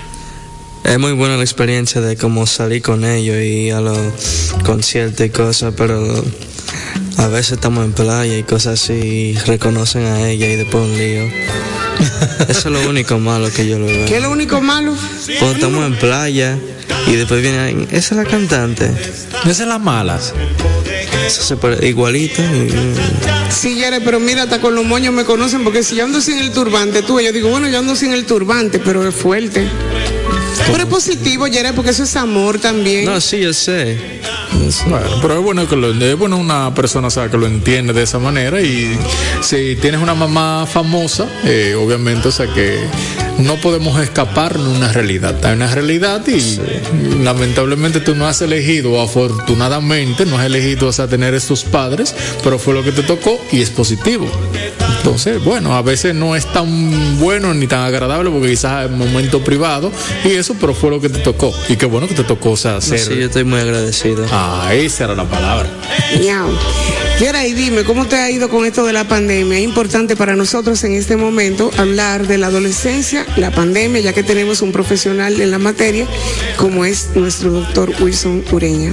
es muy buena la experiencia de cómo salir con ellos y a los conciertos y cosas, pero a veces estamos en playa y cosas así y reconocen a ella y después un lío. Eso es lo único malo que yo lo veo. ¿Qué es lo único malo? Cuando estamos en playa y después viene, esa es la cantante, esa es las malas. Eso se parece igualito. Y... Sí, Yere, pero mira, hasta con los moños me conocen, porque si yo ando sin el turbante, tú, yo digo, bueno, yo ando sin el turbante, pero es fuerte. ¿Cómo? Pero es positivo, Yere, porque eso es amor también. No, sí, yo sé. Yo sé. Bueno, pero es bueno que lo, es bueno una persona, o sea, que lo entiende de esa manera. Y si tienes una mamá famosa, eh, obviamente, o sea, que no podemos escaparnos de una realidad. Hay una realidad y sí. lamentablemente tú no has elegido, o afortunadamente no has elegido, o sea, tener estos padres, pero fue lo que te tocó y es positivo. Entonces, bueno, a veces no es tan bueno ni tan agradable porque quizás es un momento privado y eso, pero fue lo que te tocó. Y qué bueno que te tocó, o sea, hacer. Sí, yo estoy muy agradecido. Ah, esa era la palabra. Miau. Y ahora, y dime, ¿cómo te ha ido con esto de la pandemia? Es importante para nosotros en este momento hablar de la adolescencia, la pandemia, ya que tenemos un profesional en la materia, como es nuestro doctor Wilson Ureña.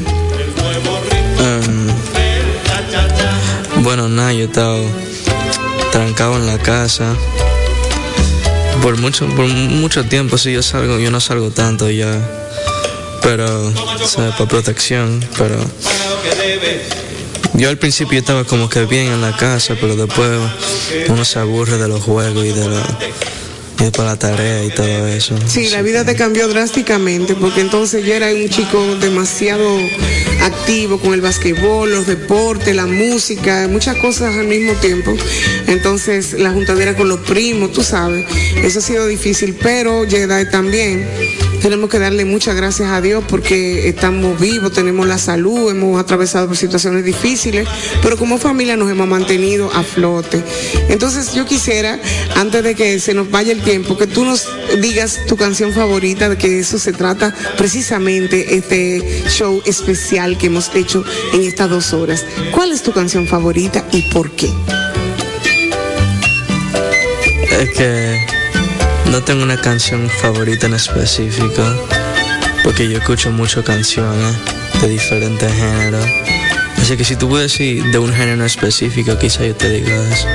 Um, bueno, nada, yo he estado trancado en la casa por mucho, por mucho tiempo. Sí, yo salgo, yo no salgo tanto ya, pero, o sea, por protección, pero... Yo al principio estaba como que bien en la casa, pero después uno se aburre de los juegos y de la, y de la tarea y todo eso. Sí, la vida te cambió drásticamente, porque entonces ya era un chico demasiado activo con el basquetbol, los deportes, la música, muchas cosas al mismo tiempo. Entonces la juntadera con los primos, tú sabes, eso ha sido difícil, pero Jedi también. Tenemos que darle muchas gracias a Dios porque estamos vivos, tenemos la salud, hemos atravesado por situaciones difíciles, pero como familia nos hemos mantenido a flote. Entonces yo quisiera, antes de que se nos vaya el tiempo, que tú nos digas tu canción favorita, de que eso se trata precisamente este show especial que hemos hecho en estas dos horas. ¿Cuál es tu canción favorita y por qué? Es que no tengo una canción favorita en específico, porque yo escucho muchas canciones de diferentes géneros. Así que si tú puedes decir de un género específico, quizá yo te diga eso.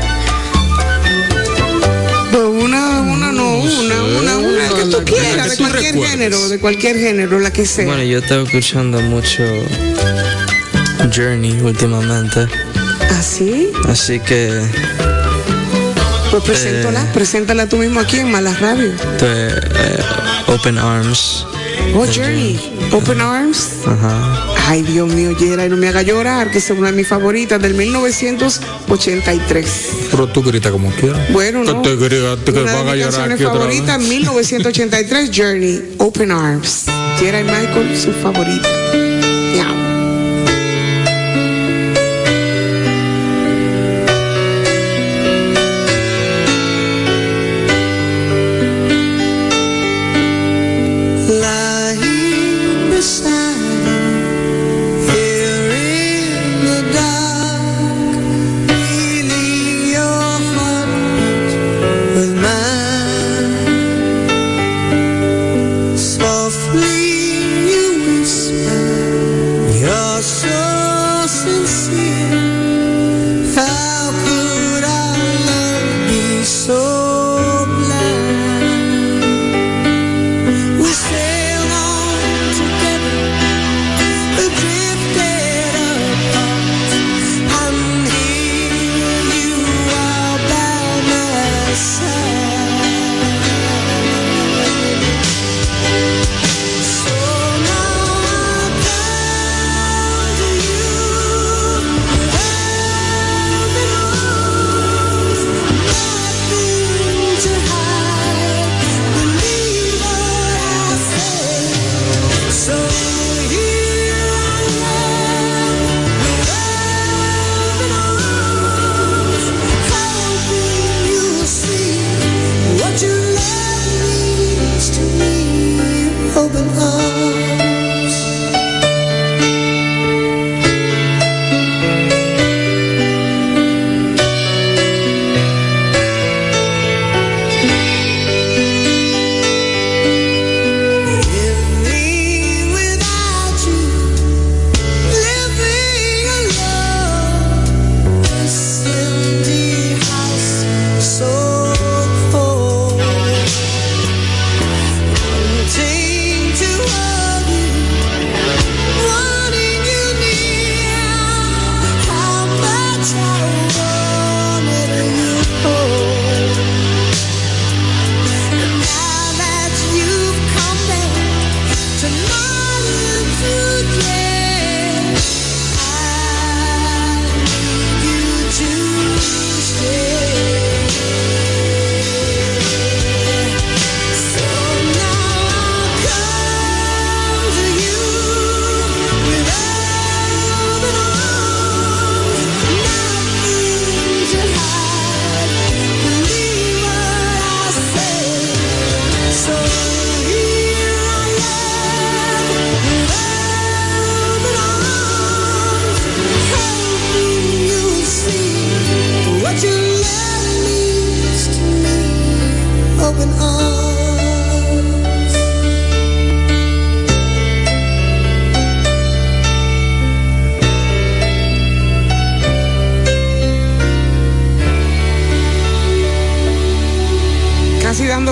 Pues una, una no, una, una, una que tú quieras, de cualquier género, de cualquier género, la que sea. Bueno, yo estaba escuchando mucho Journey últimamente. ¿Ah, sí? Así que... Pues preséntala, eh, preséntala tú mismo aquí en Malas Radio. De, eh, Open Arms. Oh, Journey. Open Arms. Ajá. Ay, Dios mío, Yera, y no me haga llorar, que es una de mis favoritas del mil novecientos ochenta y tres. Pero tú gritas como quieras. Bueno, no. Te, te, te, te una van de a mis llorar canciones favoritas, mil novecientos ochenta y tres, Journey, Open Arms. Yera y Michael, su favorita. Miau.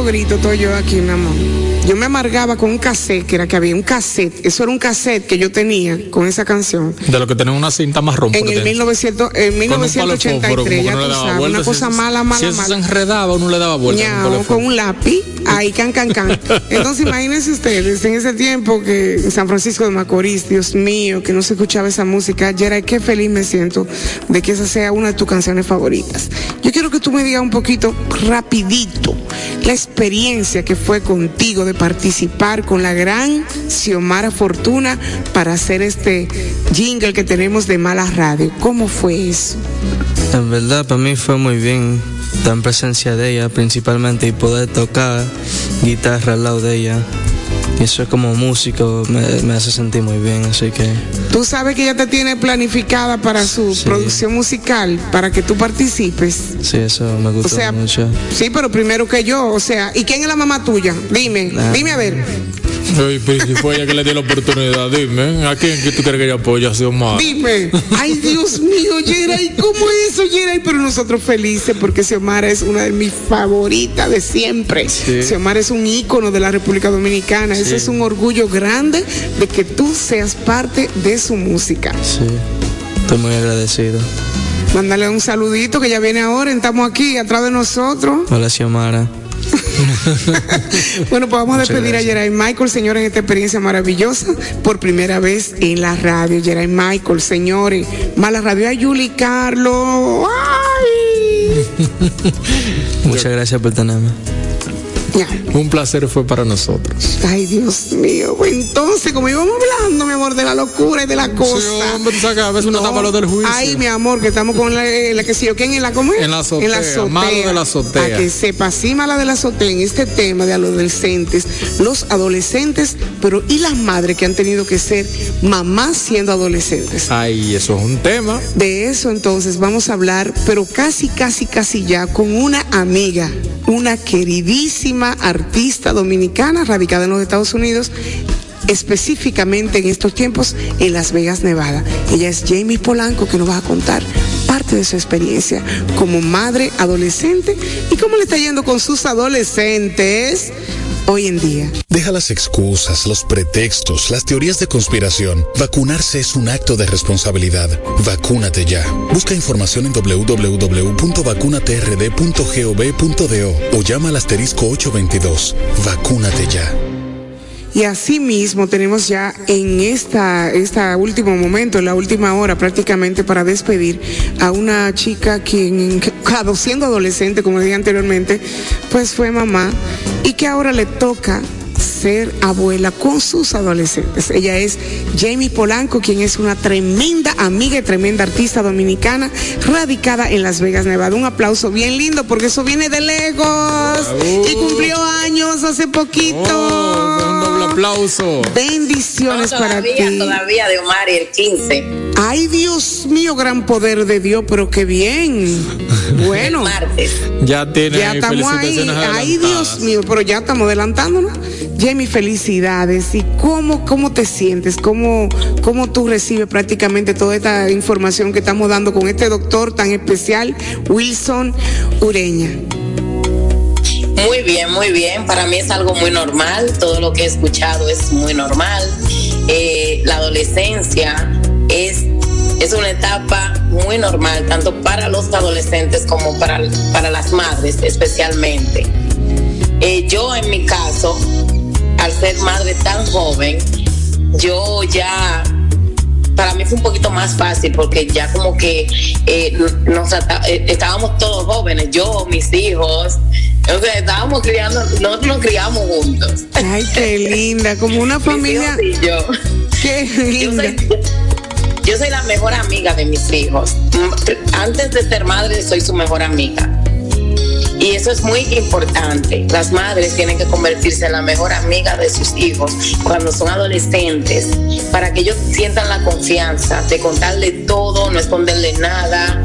gritos estoy yo aquí, mi amor. Yo me amargaba con un cassette, que era que había un cassette, eso era un cassette que yo tenía con esa canción. De lo que tenía una cinta marrón. En el mil novecientos, en mil novecientos ochenta y tres, ya tú sabes, una cosa mala, mala, mala. Si eso se enredaba, uno le daba vuelta. Ñao, con un lápiz, ahí can, can, can. Entonces imagínense ustedes, en ese tiempo que en San Francisco de Macorís, Dios mío, que no se escuchaba esa música, Yeray, qué feliz me siento de que esa sea una de tus canciones favoritas. Yo quiero que tú me digas un poquito, rapidito, la experiencia que fue contigo de participar con la gran Xiomara Fortuna para hacer este jingle que tenemos de Mala Radio. ¿Cómo fue eso? En verdad, para mí fue muy bien estar en presencia de ella, principalmente, y poder tocar guitarra al lado de ella. Y eso es como músico, me, me hace sentir muy bien, así que... Tú sabes que ella te tiene planificada para su sí. producción musical, para que tú participes. Sí, eso me gusta o sea, mucho. Sí, pero primero que yo, o sea, ¿y quién es la mamá tuya? Dime, nah. dime a ver. Ay, pero si fue ella que le dio la oportunidad, dime, ¿a quién que tú crees que ella apoya a Xiomara? Dime, ay Dios mío, Yeray, ¿cómo es eso, Yeray? Pero nosotros felices porque Xiomara es una de mis favoritas de siempre. Sí. Xiomara es un ícono de la República Dominicana, sí. Eso es un orgullo grande de que tú seas parte de su música. Sí, estoy muy agradecido. Mándale un saludito que ya viene ahora, estamos aquí atrás de nosotros. Hola, Xiomara. Bueno, pues vamos a despedir a Yeray Michael, señores, en esta experiencia maravillosa por primera vez en la radio. Yeray Michael, señores, Mala Radio, a Yuli Carlos. ¡Ay! Muchas gracias por tenerme. Ya. Un placer fue para nosotros. Ay, Dios mío. Entonces, como íbamos hablando, mi amor, de la locura y de la cosa. Sí, hombre, tú sabes que a veces uno tapa lo del juicio. Ay, mi amor, que estamos con la, la que sí, ¿quién en la cómo es? En la azotea. En la azotea. Malo de la azotea. Para que sepa, sí, Mala de la azotea, en este tema de adolescentes, los adolescentes, pero y las madres que han tenido que ser mamás siendo adolescentes. Ay, eso es un tema. De eso entonces vamos a hablar, pero casi, casi, casi ya, con una amiga, una queridísima artista dominicana radicada en los Estados Unidos, específicamente en estos tiempos en Las Vegas, Nevada. Ella es Jamie Polanco, que nos va a contar parte de su experiencia como madre adolescente y cómo le está yendo con sus adolescentes hoy en día. Deja las excusas, los pretextos, las teorías de conspiración. Vacunarse es un acto de responsabilidad. Vacúnate ya. Busca información en doble u doble u doble u punto vacunate r d punto gov punto do o llama al asterisco ocho veintidós. Vacúnate ya. Y así mismo tenemos ya en esta, esta último momento, en la última hora prácticamente, para despedir a una chica quien, claro, siendo adolescente, como dije anteriormente, pues fue mamá y que ahora le toca ser abuela con sus adolescentes. Ella es Jamie Polanco, quien es una tremenda amiga y tremenda artista dominicana radicada en Las Vegas, Nevada. Un aplauso bien lindo porque eso viene de lejos y cumplió años hace poquito. Oh, un doble aplauso. Bendiciones no, para ti. Todavía de Omar el quince. Ay, Dios mío, gran poder de Dios, pero qué bien. Bueno, el martes. Ya tiene ya estamos ahí. Ay, Dios mío, pero ya estamos adelantándonos. Jamie, felicidades. ¿Y cómo, cómo te sientes? ¿Cómo, cómo tú recibes prácticamente toda esta información que estamos dando con este doctor tan especial, Wilson Ureña? Muy bien, muy bien. Para mí es algo muy normal. Todo lo que he escuchado es muy normal. Eh, la adolescencia es, es una etapa muy normal, tanto para los adolescentes como para, para las madres especialmente. Eh, yo en mi caso, al ser madre tan joven, yo ya, para mí fue un poquito más fácil porque ya como que eh, nos, eh, estábamos todos jóvenes, yo, mis hijos, o sea, estábamos criando, nosotros nos criamos juntos. Ay, qué linda, como una familia. Mis hijos y yo. Qué linda. Yo soy, yo soy la mejor amiga de mis hijos. Antes de ser madre, soy su mejor amiga. Y eso es muy importante. Las madres tienen que convertirse en la mejor amiga de sus hijos cuando son adolescentes, para que ellos sientan la confianza de contarle todo, no esconderle nada,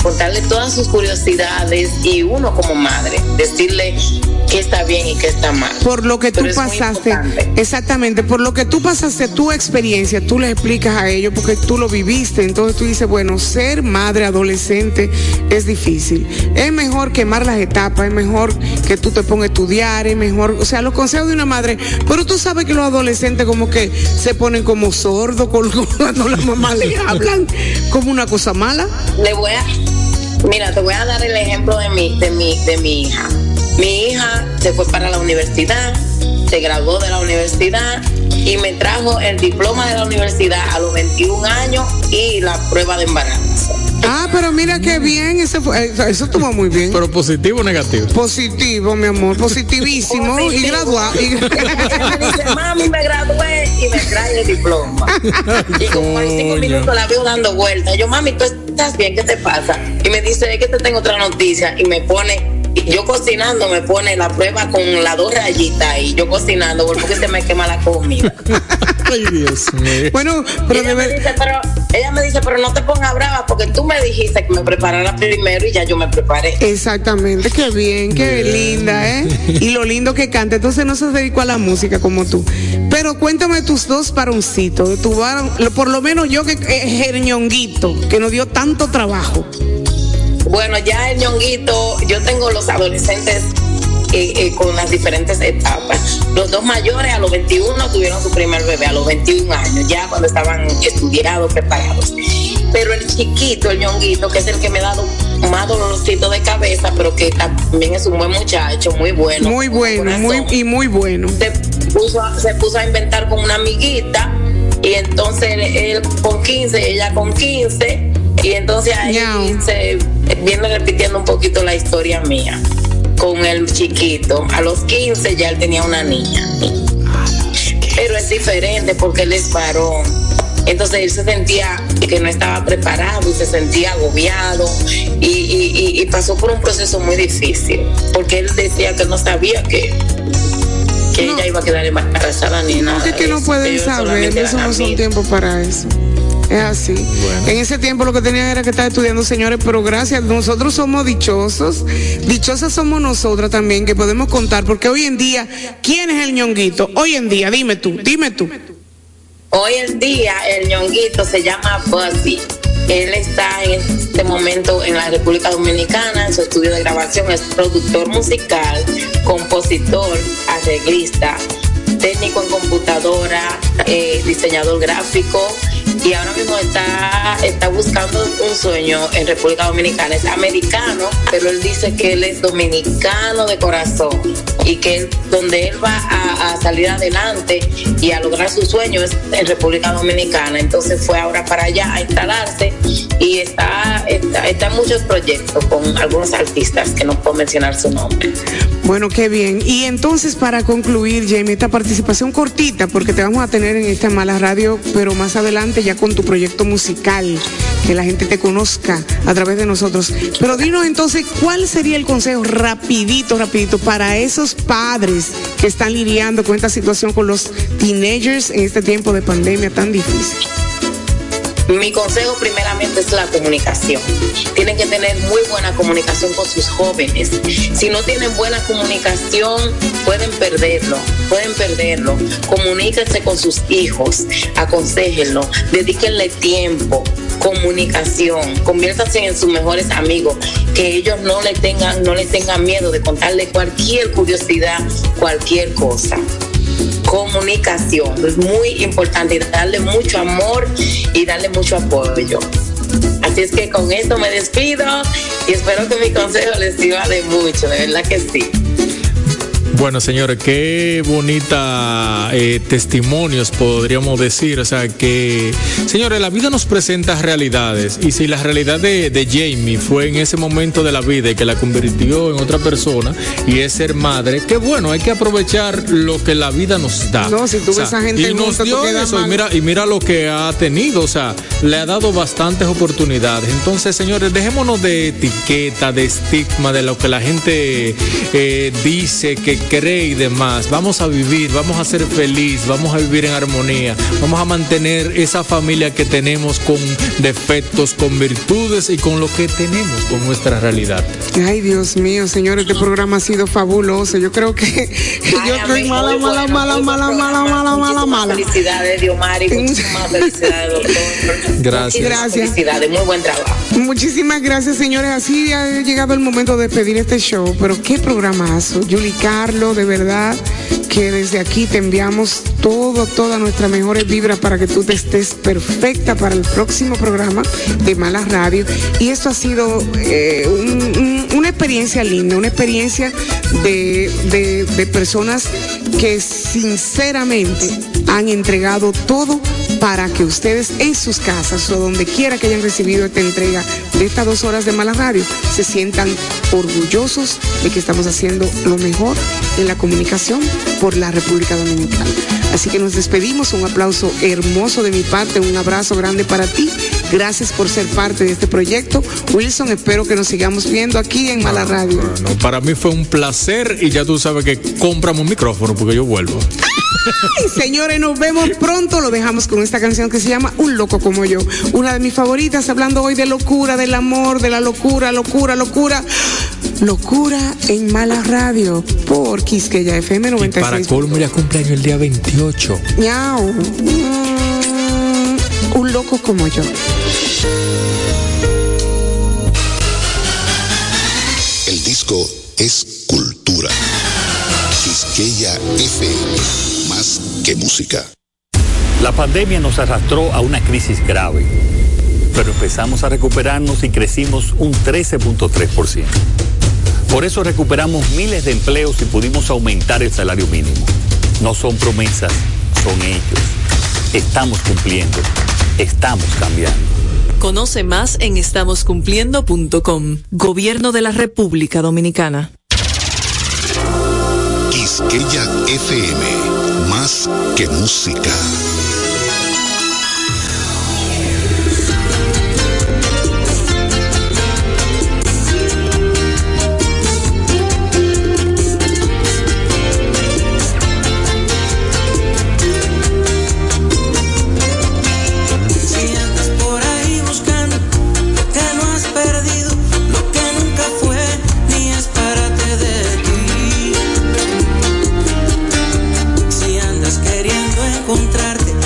contarle todas sus curiosidades y uno como madre, decirle qué está bien y qué está mal. Por lo que tú pasaste, exactamente, por lo que tú pasaste, tu experiencia, tú le explicas a ellos porque tú lo viviste, entonces tú dices, bueno, ser madre adolescente es difícil, es mejor quemar las etapas, es mejor que tú te pongas a estudiar, es mejor, o sea, los consejos de una madre, pero tú sabes que los adolescentes como que se ponen como sordos cuando las mamás le hablan como una cosa mala. Le voy a, mira, te voy a dar el ejemplo de mi, de mi, de mi hija. Mi hija se fue para la universidad, se graduó de la universidad y me trajo el diploma de la universidad a los veintiún años y la prueba de embarazo. Ah, pero mira qué bien, eso, fue, eso estuvo muy bien. ¿Pero positivo o negativo? Positivo, mi amor, positivísimo. Positivo. Y graduado. Y... Ella me dice, mami, me gradué y me trae el diploma. Y como a los cinco minutos la veo dando vueltas. Yo, mami, ¿tú estás bien? ¿Qué te pasa? Y me dice, es que te tengo otra noticia. Y me pone... Y yo cocinando me pone la prueba con las dos rayitas y yo cocinando porque se me quema la comida. Ay, Dios mío. Bueno, pero, ella, me dice, pero ella me dice, pero no te pongas brava porque tú me dijiste que me preparara primero y ya yo me preparé. Exactamente, qué bien, qué bien. Linda, ¿eh? Y lo lindo que canta. Entonces no se dedicó a la música como tú. Pero cuéntame tus dos varoncitos, de tu varón, por lo menos yo que es el ñonguito, que nos dio tanto trabajo. Bueno, ya el ñonguito, yo tengo los adolescentes eh, eh, con las diferentes etapas. Los dos mayores a los veintiuno tuvieron su primer bebé, a los veintiún años, ya cuando estaban estudiados, preparados. Pero el chiquito, el ñonguito, que es el que me ha dado más dolorcito de cabeza, pero que también es un buen muchacho, muy bueno. Muy bueno, muy, y muy bueno. Se puso, se puso a inventar con una amiguita y entonces él, él con quince, ella con quince. Y entonces ahí no. se viene repitiendo un poquito la historia mía con el chiquito. A los quince ya él tenía una niña. Pero es diferente porque él es varón. Entonces él se sentía que no estaba preparado y se sentía agobiado y, y, y pasó por un proceso muy difícil porque él decía que no sabía que, que no. ella iba a quedar embarazada ni nada. Es que no pueden saber, eso no son tiempos para eso. Es así. Bueno. En ese tiempo lo que tenían era que estar estudiando, señores, pero gracias, nosotros somos dichosos, dichosas somos nosotras también, que podemos contar, porque hoy en día, ¿quién es el ñonguito? Hoy en día, dime tú, dime tú. Hoy en día el ñonguito se llama Buzzy. Él está en este momento en la República Dominicana, en su estudio de grabación, es productor musical, compositor, arreglista, técnico en computadora, eh, diseñador gráfico. Y ahora mismo está, está buscando un sueño en República Dominicana. Es americano, pero él dice que él es dominicano de corazón y que él, donde él va a, a salir adelante y a lograr su sueño es en República Dominicana. Entonces fue ahora para allá a instalarse y está, está, está en muchos proyectos con algunos artistas que no puedo mencionar su nombre. Bueno, qué bien. Y entonces, para concluir, Jamie, esta participación cortita, porque te vamos a tener en esta Mala Radio, pero más adelante ya con tu proyecto musical, que la gente te conozca a través de nosotros. Pero dinos entonces, ¿cuál sería el consejo rapidito, rapidito, para esos padres que están lidiando con esta situación con los teenagers en este tiempo de pandemia tan difícil? Mi consejo primeramente es la comunicación. Tienen que tener muy buena comunicación con sus jóvenes. Si no tienen buena comunicación, pueden perderlo, pueden perderlo. Comuníquense con sus hijos, aconséjenlo, dedíquenle tiempo, comunicación, conviértanse en sus mejores amigos, que ellos no le tengan, no les tengan miedo de contarle cualquier curiosidad, cualquier cosa. Comunicación es muy importante, darle mucho amor y darle mucho apoyo. Así es que con esto me despido y espero que mi consejo les sirva de mucho, de verdad que sí. Bueno, señores, qué bonita eh, testimonios podríamos decir. O sea, que, señores, la vida nos presenta realidades. Y si la realidad de, de Jamie fue en ese momento de la vida y que la convirtió en otra persona y es ser madre, qué bueno, hay que aprovechar lo que la vida nos da. No, si tú ves o sea, a gente y nos dio eso, y mira, y mira lo que ha tenido. O sea, le ha dado bastantes oportunidades. Entonces, señores, dejémonos de etiqueta, de estigma, de lo que la gente eh, dice que cree y demás. Vamos a vivir, vamos a ser felices, vamos a vivir en armonía, vamos a mantener esa familia que tenemos con defectos, con virtudes y con lo que tenemos, con nuestra realidad. Ay, Dios mío, señores, este programa ha sido fabuloso. Yo creo que, que Ay, yo estoy mala, mala, bueno, mala, mala, mala, mala, mala, mala. Felicidades, Diomari, muchísimas felicidades, doctor. Gracias. Gracias. Felicidades, muy buen trabajo. Muchísimas gracias, señores. Así ha llegado el momento de despedir este show, pero qué programazo. Julie Carlos, de verdad que desde aquí te enviamos todo, todas nuestras mejores vibras para que tú te estés perfecta para el próximo programa de Mala Radio. Y esto ha sido eh, un, un, una experiencia linda, una experiencia de, de, de personas que sinceramente han entregado todo para que ustedes en sus casas o donde quiera que hayan recibido esta entrega de estas dos horas de Mala Radio se sientan orgullosos de que estamos haciendo lo mejor en la comunicación por la República Dominicana. Así que nos despedimos, un aplauso hermoso de mi parte, un abrazo grande para ti. Gracias por ser parte de este proyecto. Wilson, espero que nos sigamos viendo aquí en Mala Radio. No, no, para mí fue un placer y ya tú sabes que compramos un micrófono porque yo vuelvo. Ay, señores, nos vemos pronto. Lo dejamos con esta canción que se llama Un Loco Como Yo. Una de mis favoritas, hablando hoy de locura, del amor, de la locura, locura, locura. Locura en Mala Radio por Quisqueya F M noventa y seis. Y para colmo ya cumpleaños el día veintiocho. Miau. Mm, un loco como yo. El disco es cultura. Quisqueya F M, más que música. La pandemia nos arrastró a una crisis grave, pero empezamos a recuperarnos y crecimos un trece punto tres por ciento. Por eso recuperamos miles de empleos y pudimos aumentar el salario mínimo. No son promesas, son hechos. Estamos cumpliendo, estamos cambiando. Conoce más en estamos cumpliendo punto com. Gobierno de la República Dominicana. Quisqueya F M, más que música. Encontrarte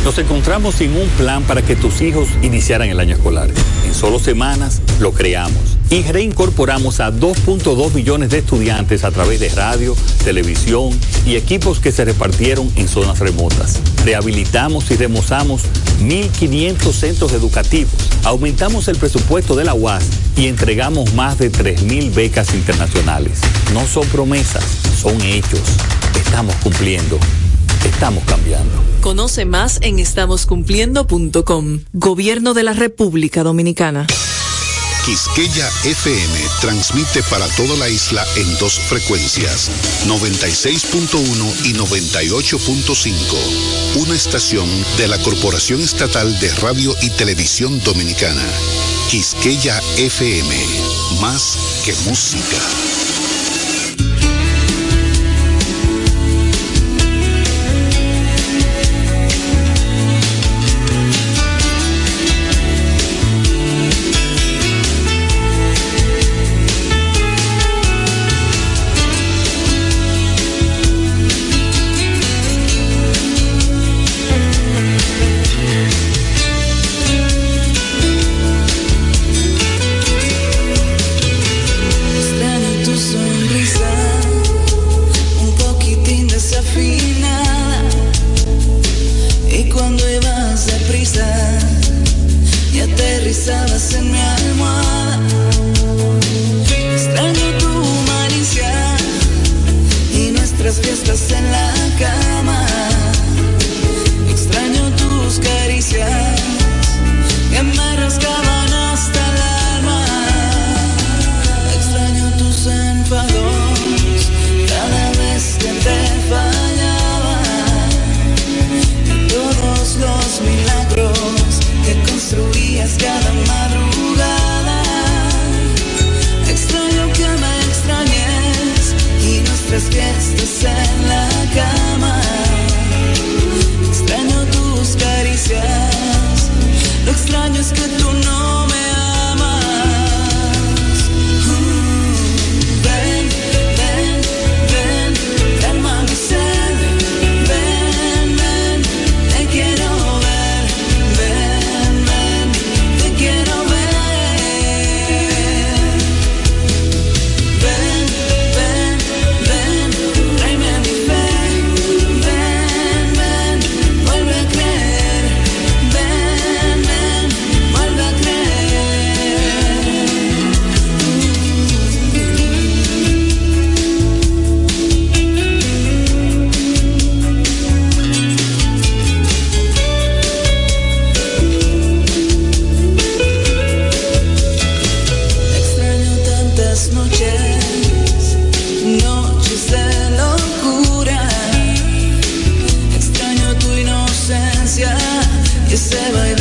Nos encontramos sin un plan para que tus hijos iniciaran el año escolar. En solo semanas lo creamos y reincorporamos a dos punto dos millones de estudiantes a través de radio, televisión y equipos que se repartieron en zonas remotas. Rehabilitamos y remozamos mil quinientos centros educativos. Aumentamos el presupuesto de la U A S y entregamos más de tres mil becas internacionales. No son promesas, son hechos. Estamos cumpliendo. Estamos cambiando. Conoce más en estamos cumpliendo punto com. Gobierno de la República Dominicana. Quisqueya F M transmite para toda la isla en dos frecuencias, noventa y seis punto uno y noventa y ocho punto cinco. Una estación de la Corporación Estatal de Radio y Televisión Dominicana. Quisqueya F M, más que música. En mi almohada, extraño tu malicia y nuestras fiestas en la cama. Extraño tus caricias que me rascaban hasta el alma. Extraño tus enfados cada vez que te fallaba. Y todos los milagros que construías cada madrugada. Extraño que me extrañes y nuestras fiestas en la cama. Extraño tus caricias, lo extraño es que tú no me amas. Mm, ven, ven, ven, ven mami, ven, ven, ven, te quiero ver, ven, ven, te quiero ver. Ven, ven, ven, tráeme mi fe, ven, ven, vuelve a creer, ven, ven, vuelve a creer. Extraño tantas noches, noches de locura. Extraño tu inocencia y ese baile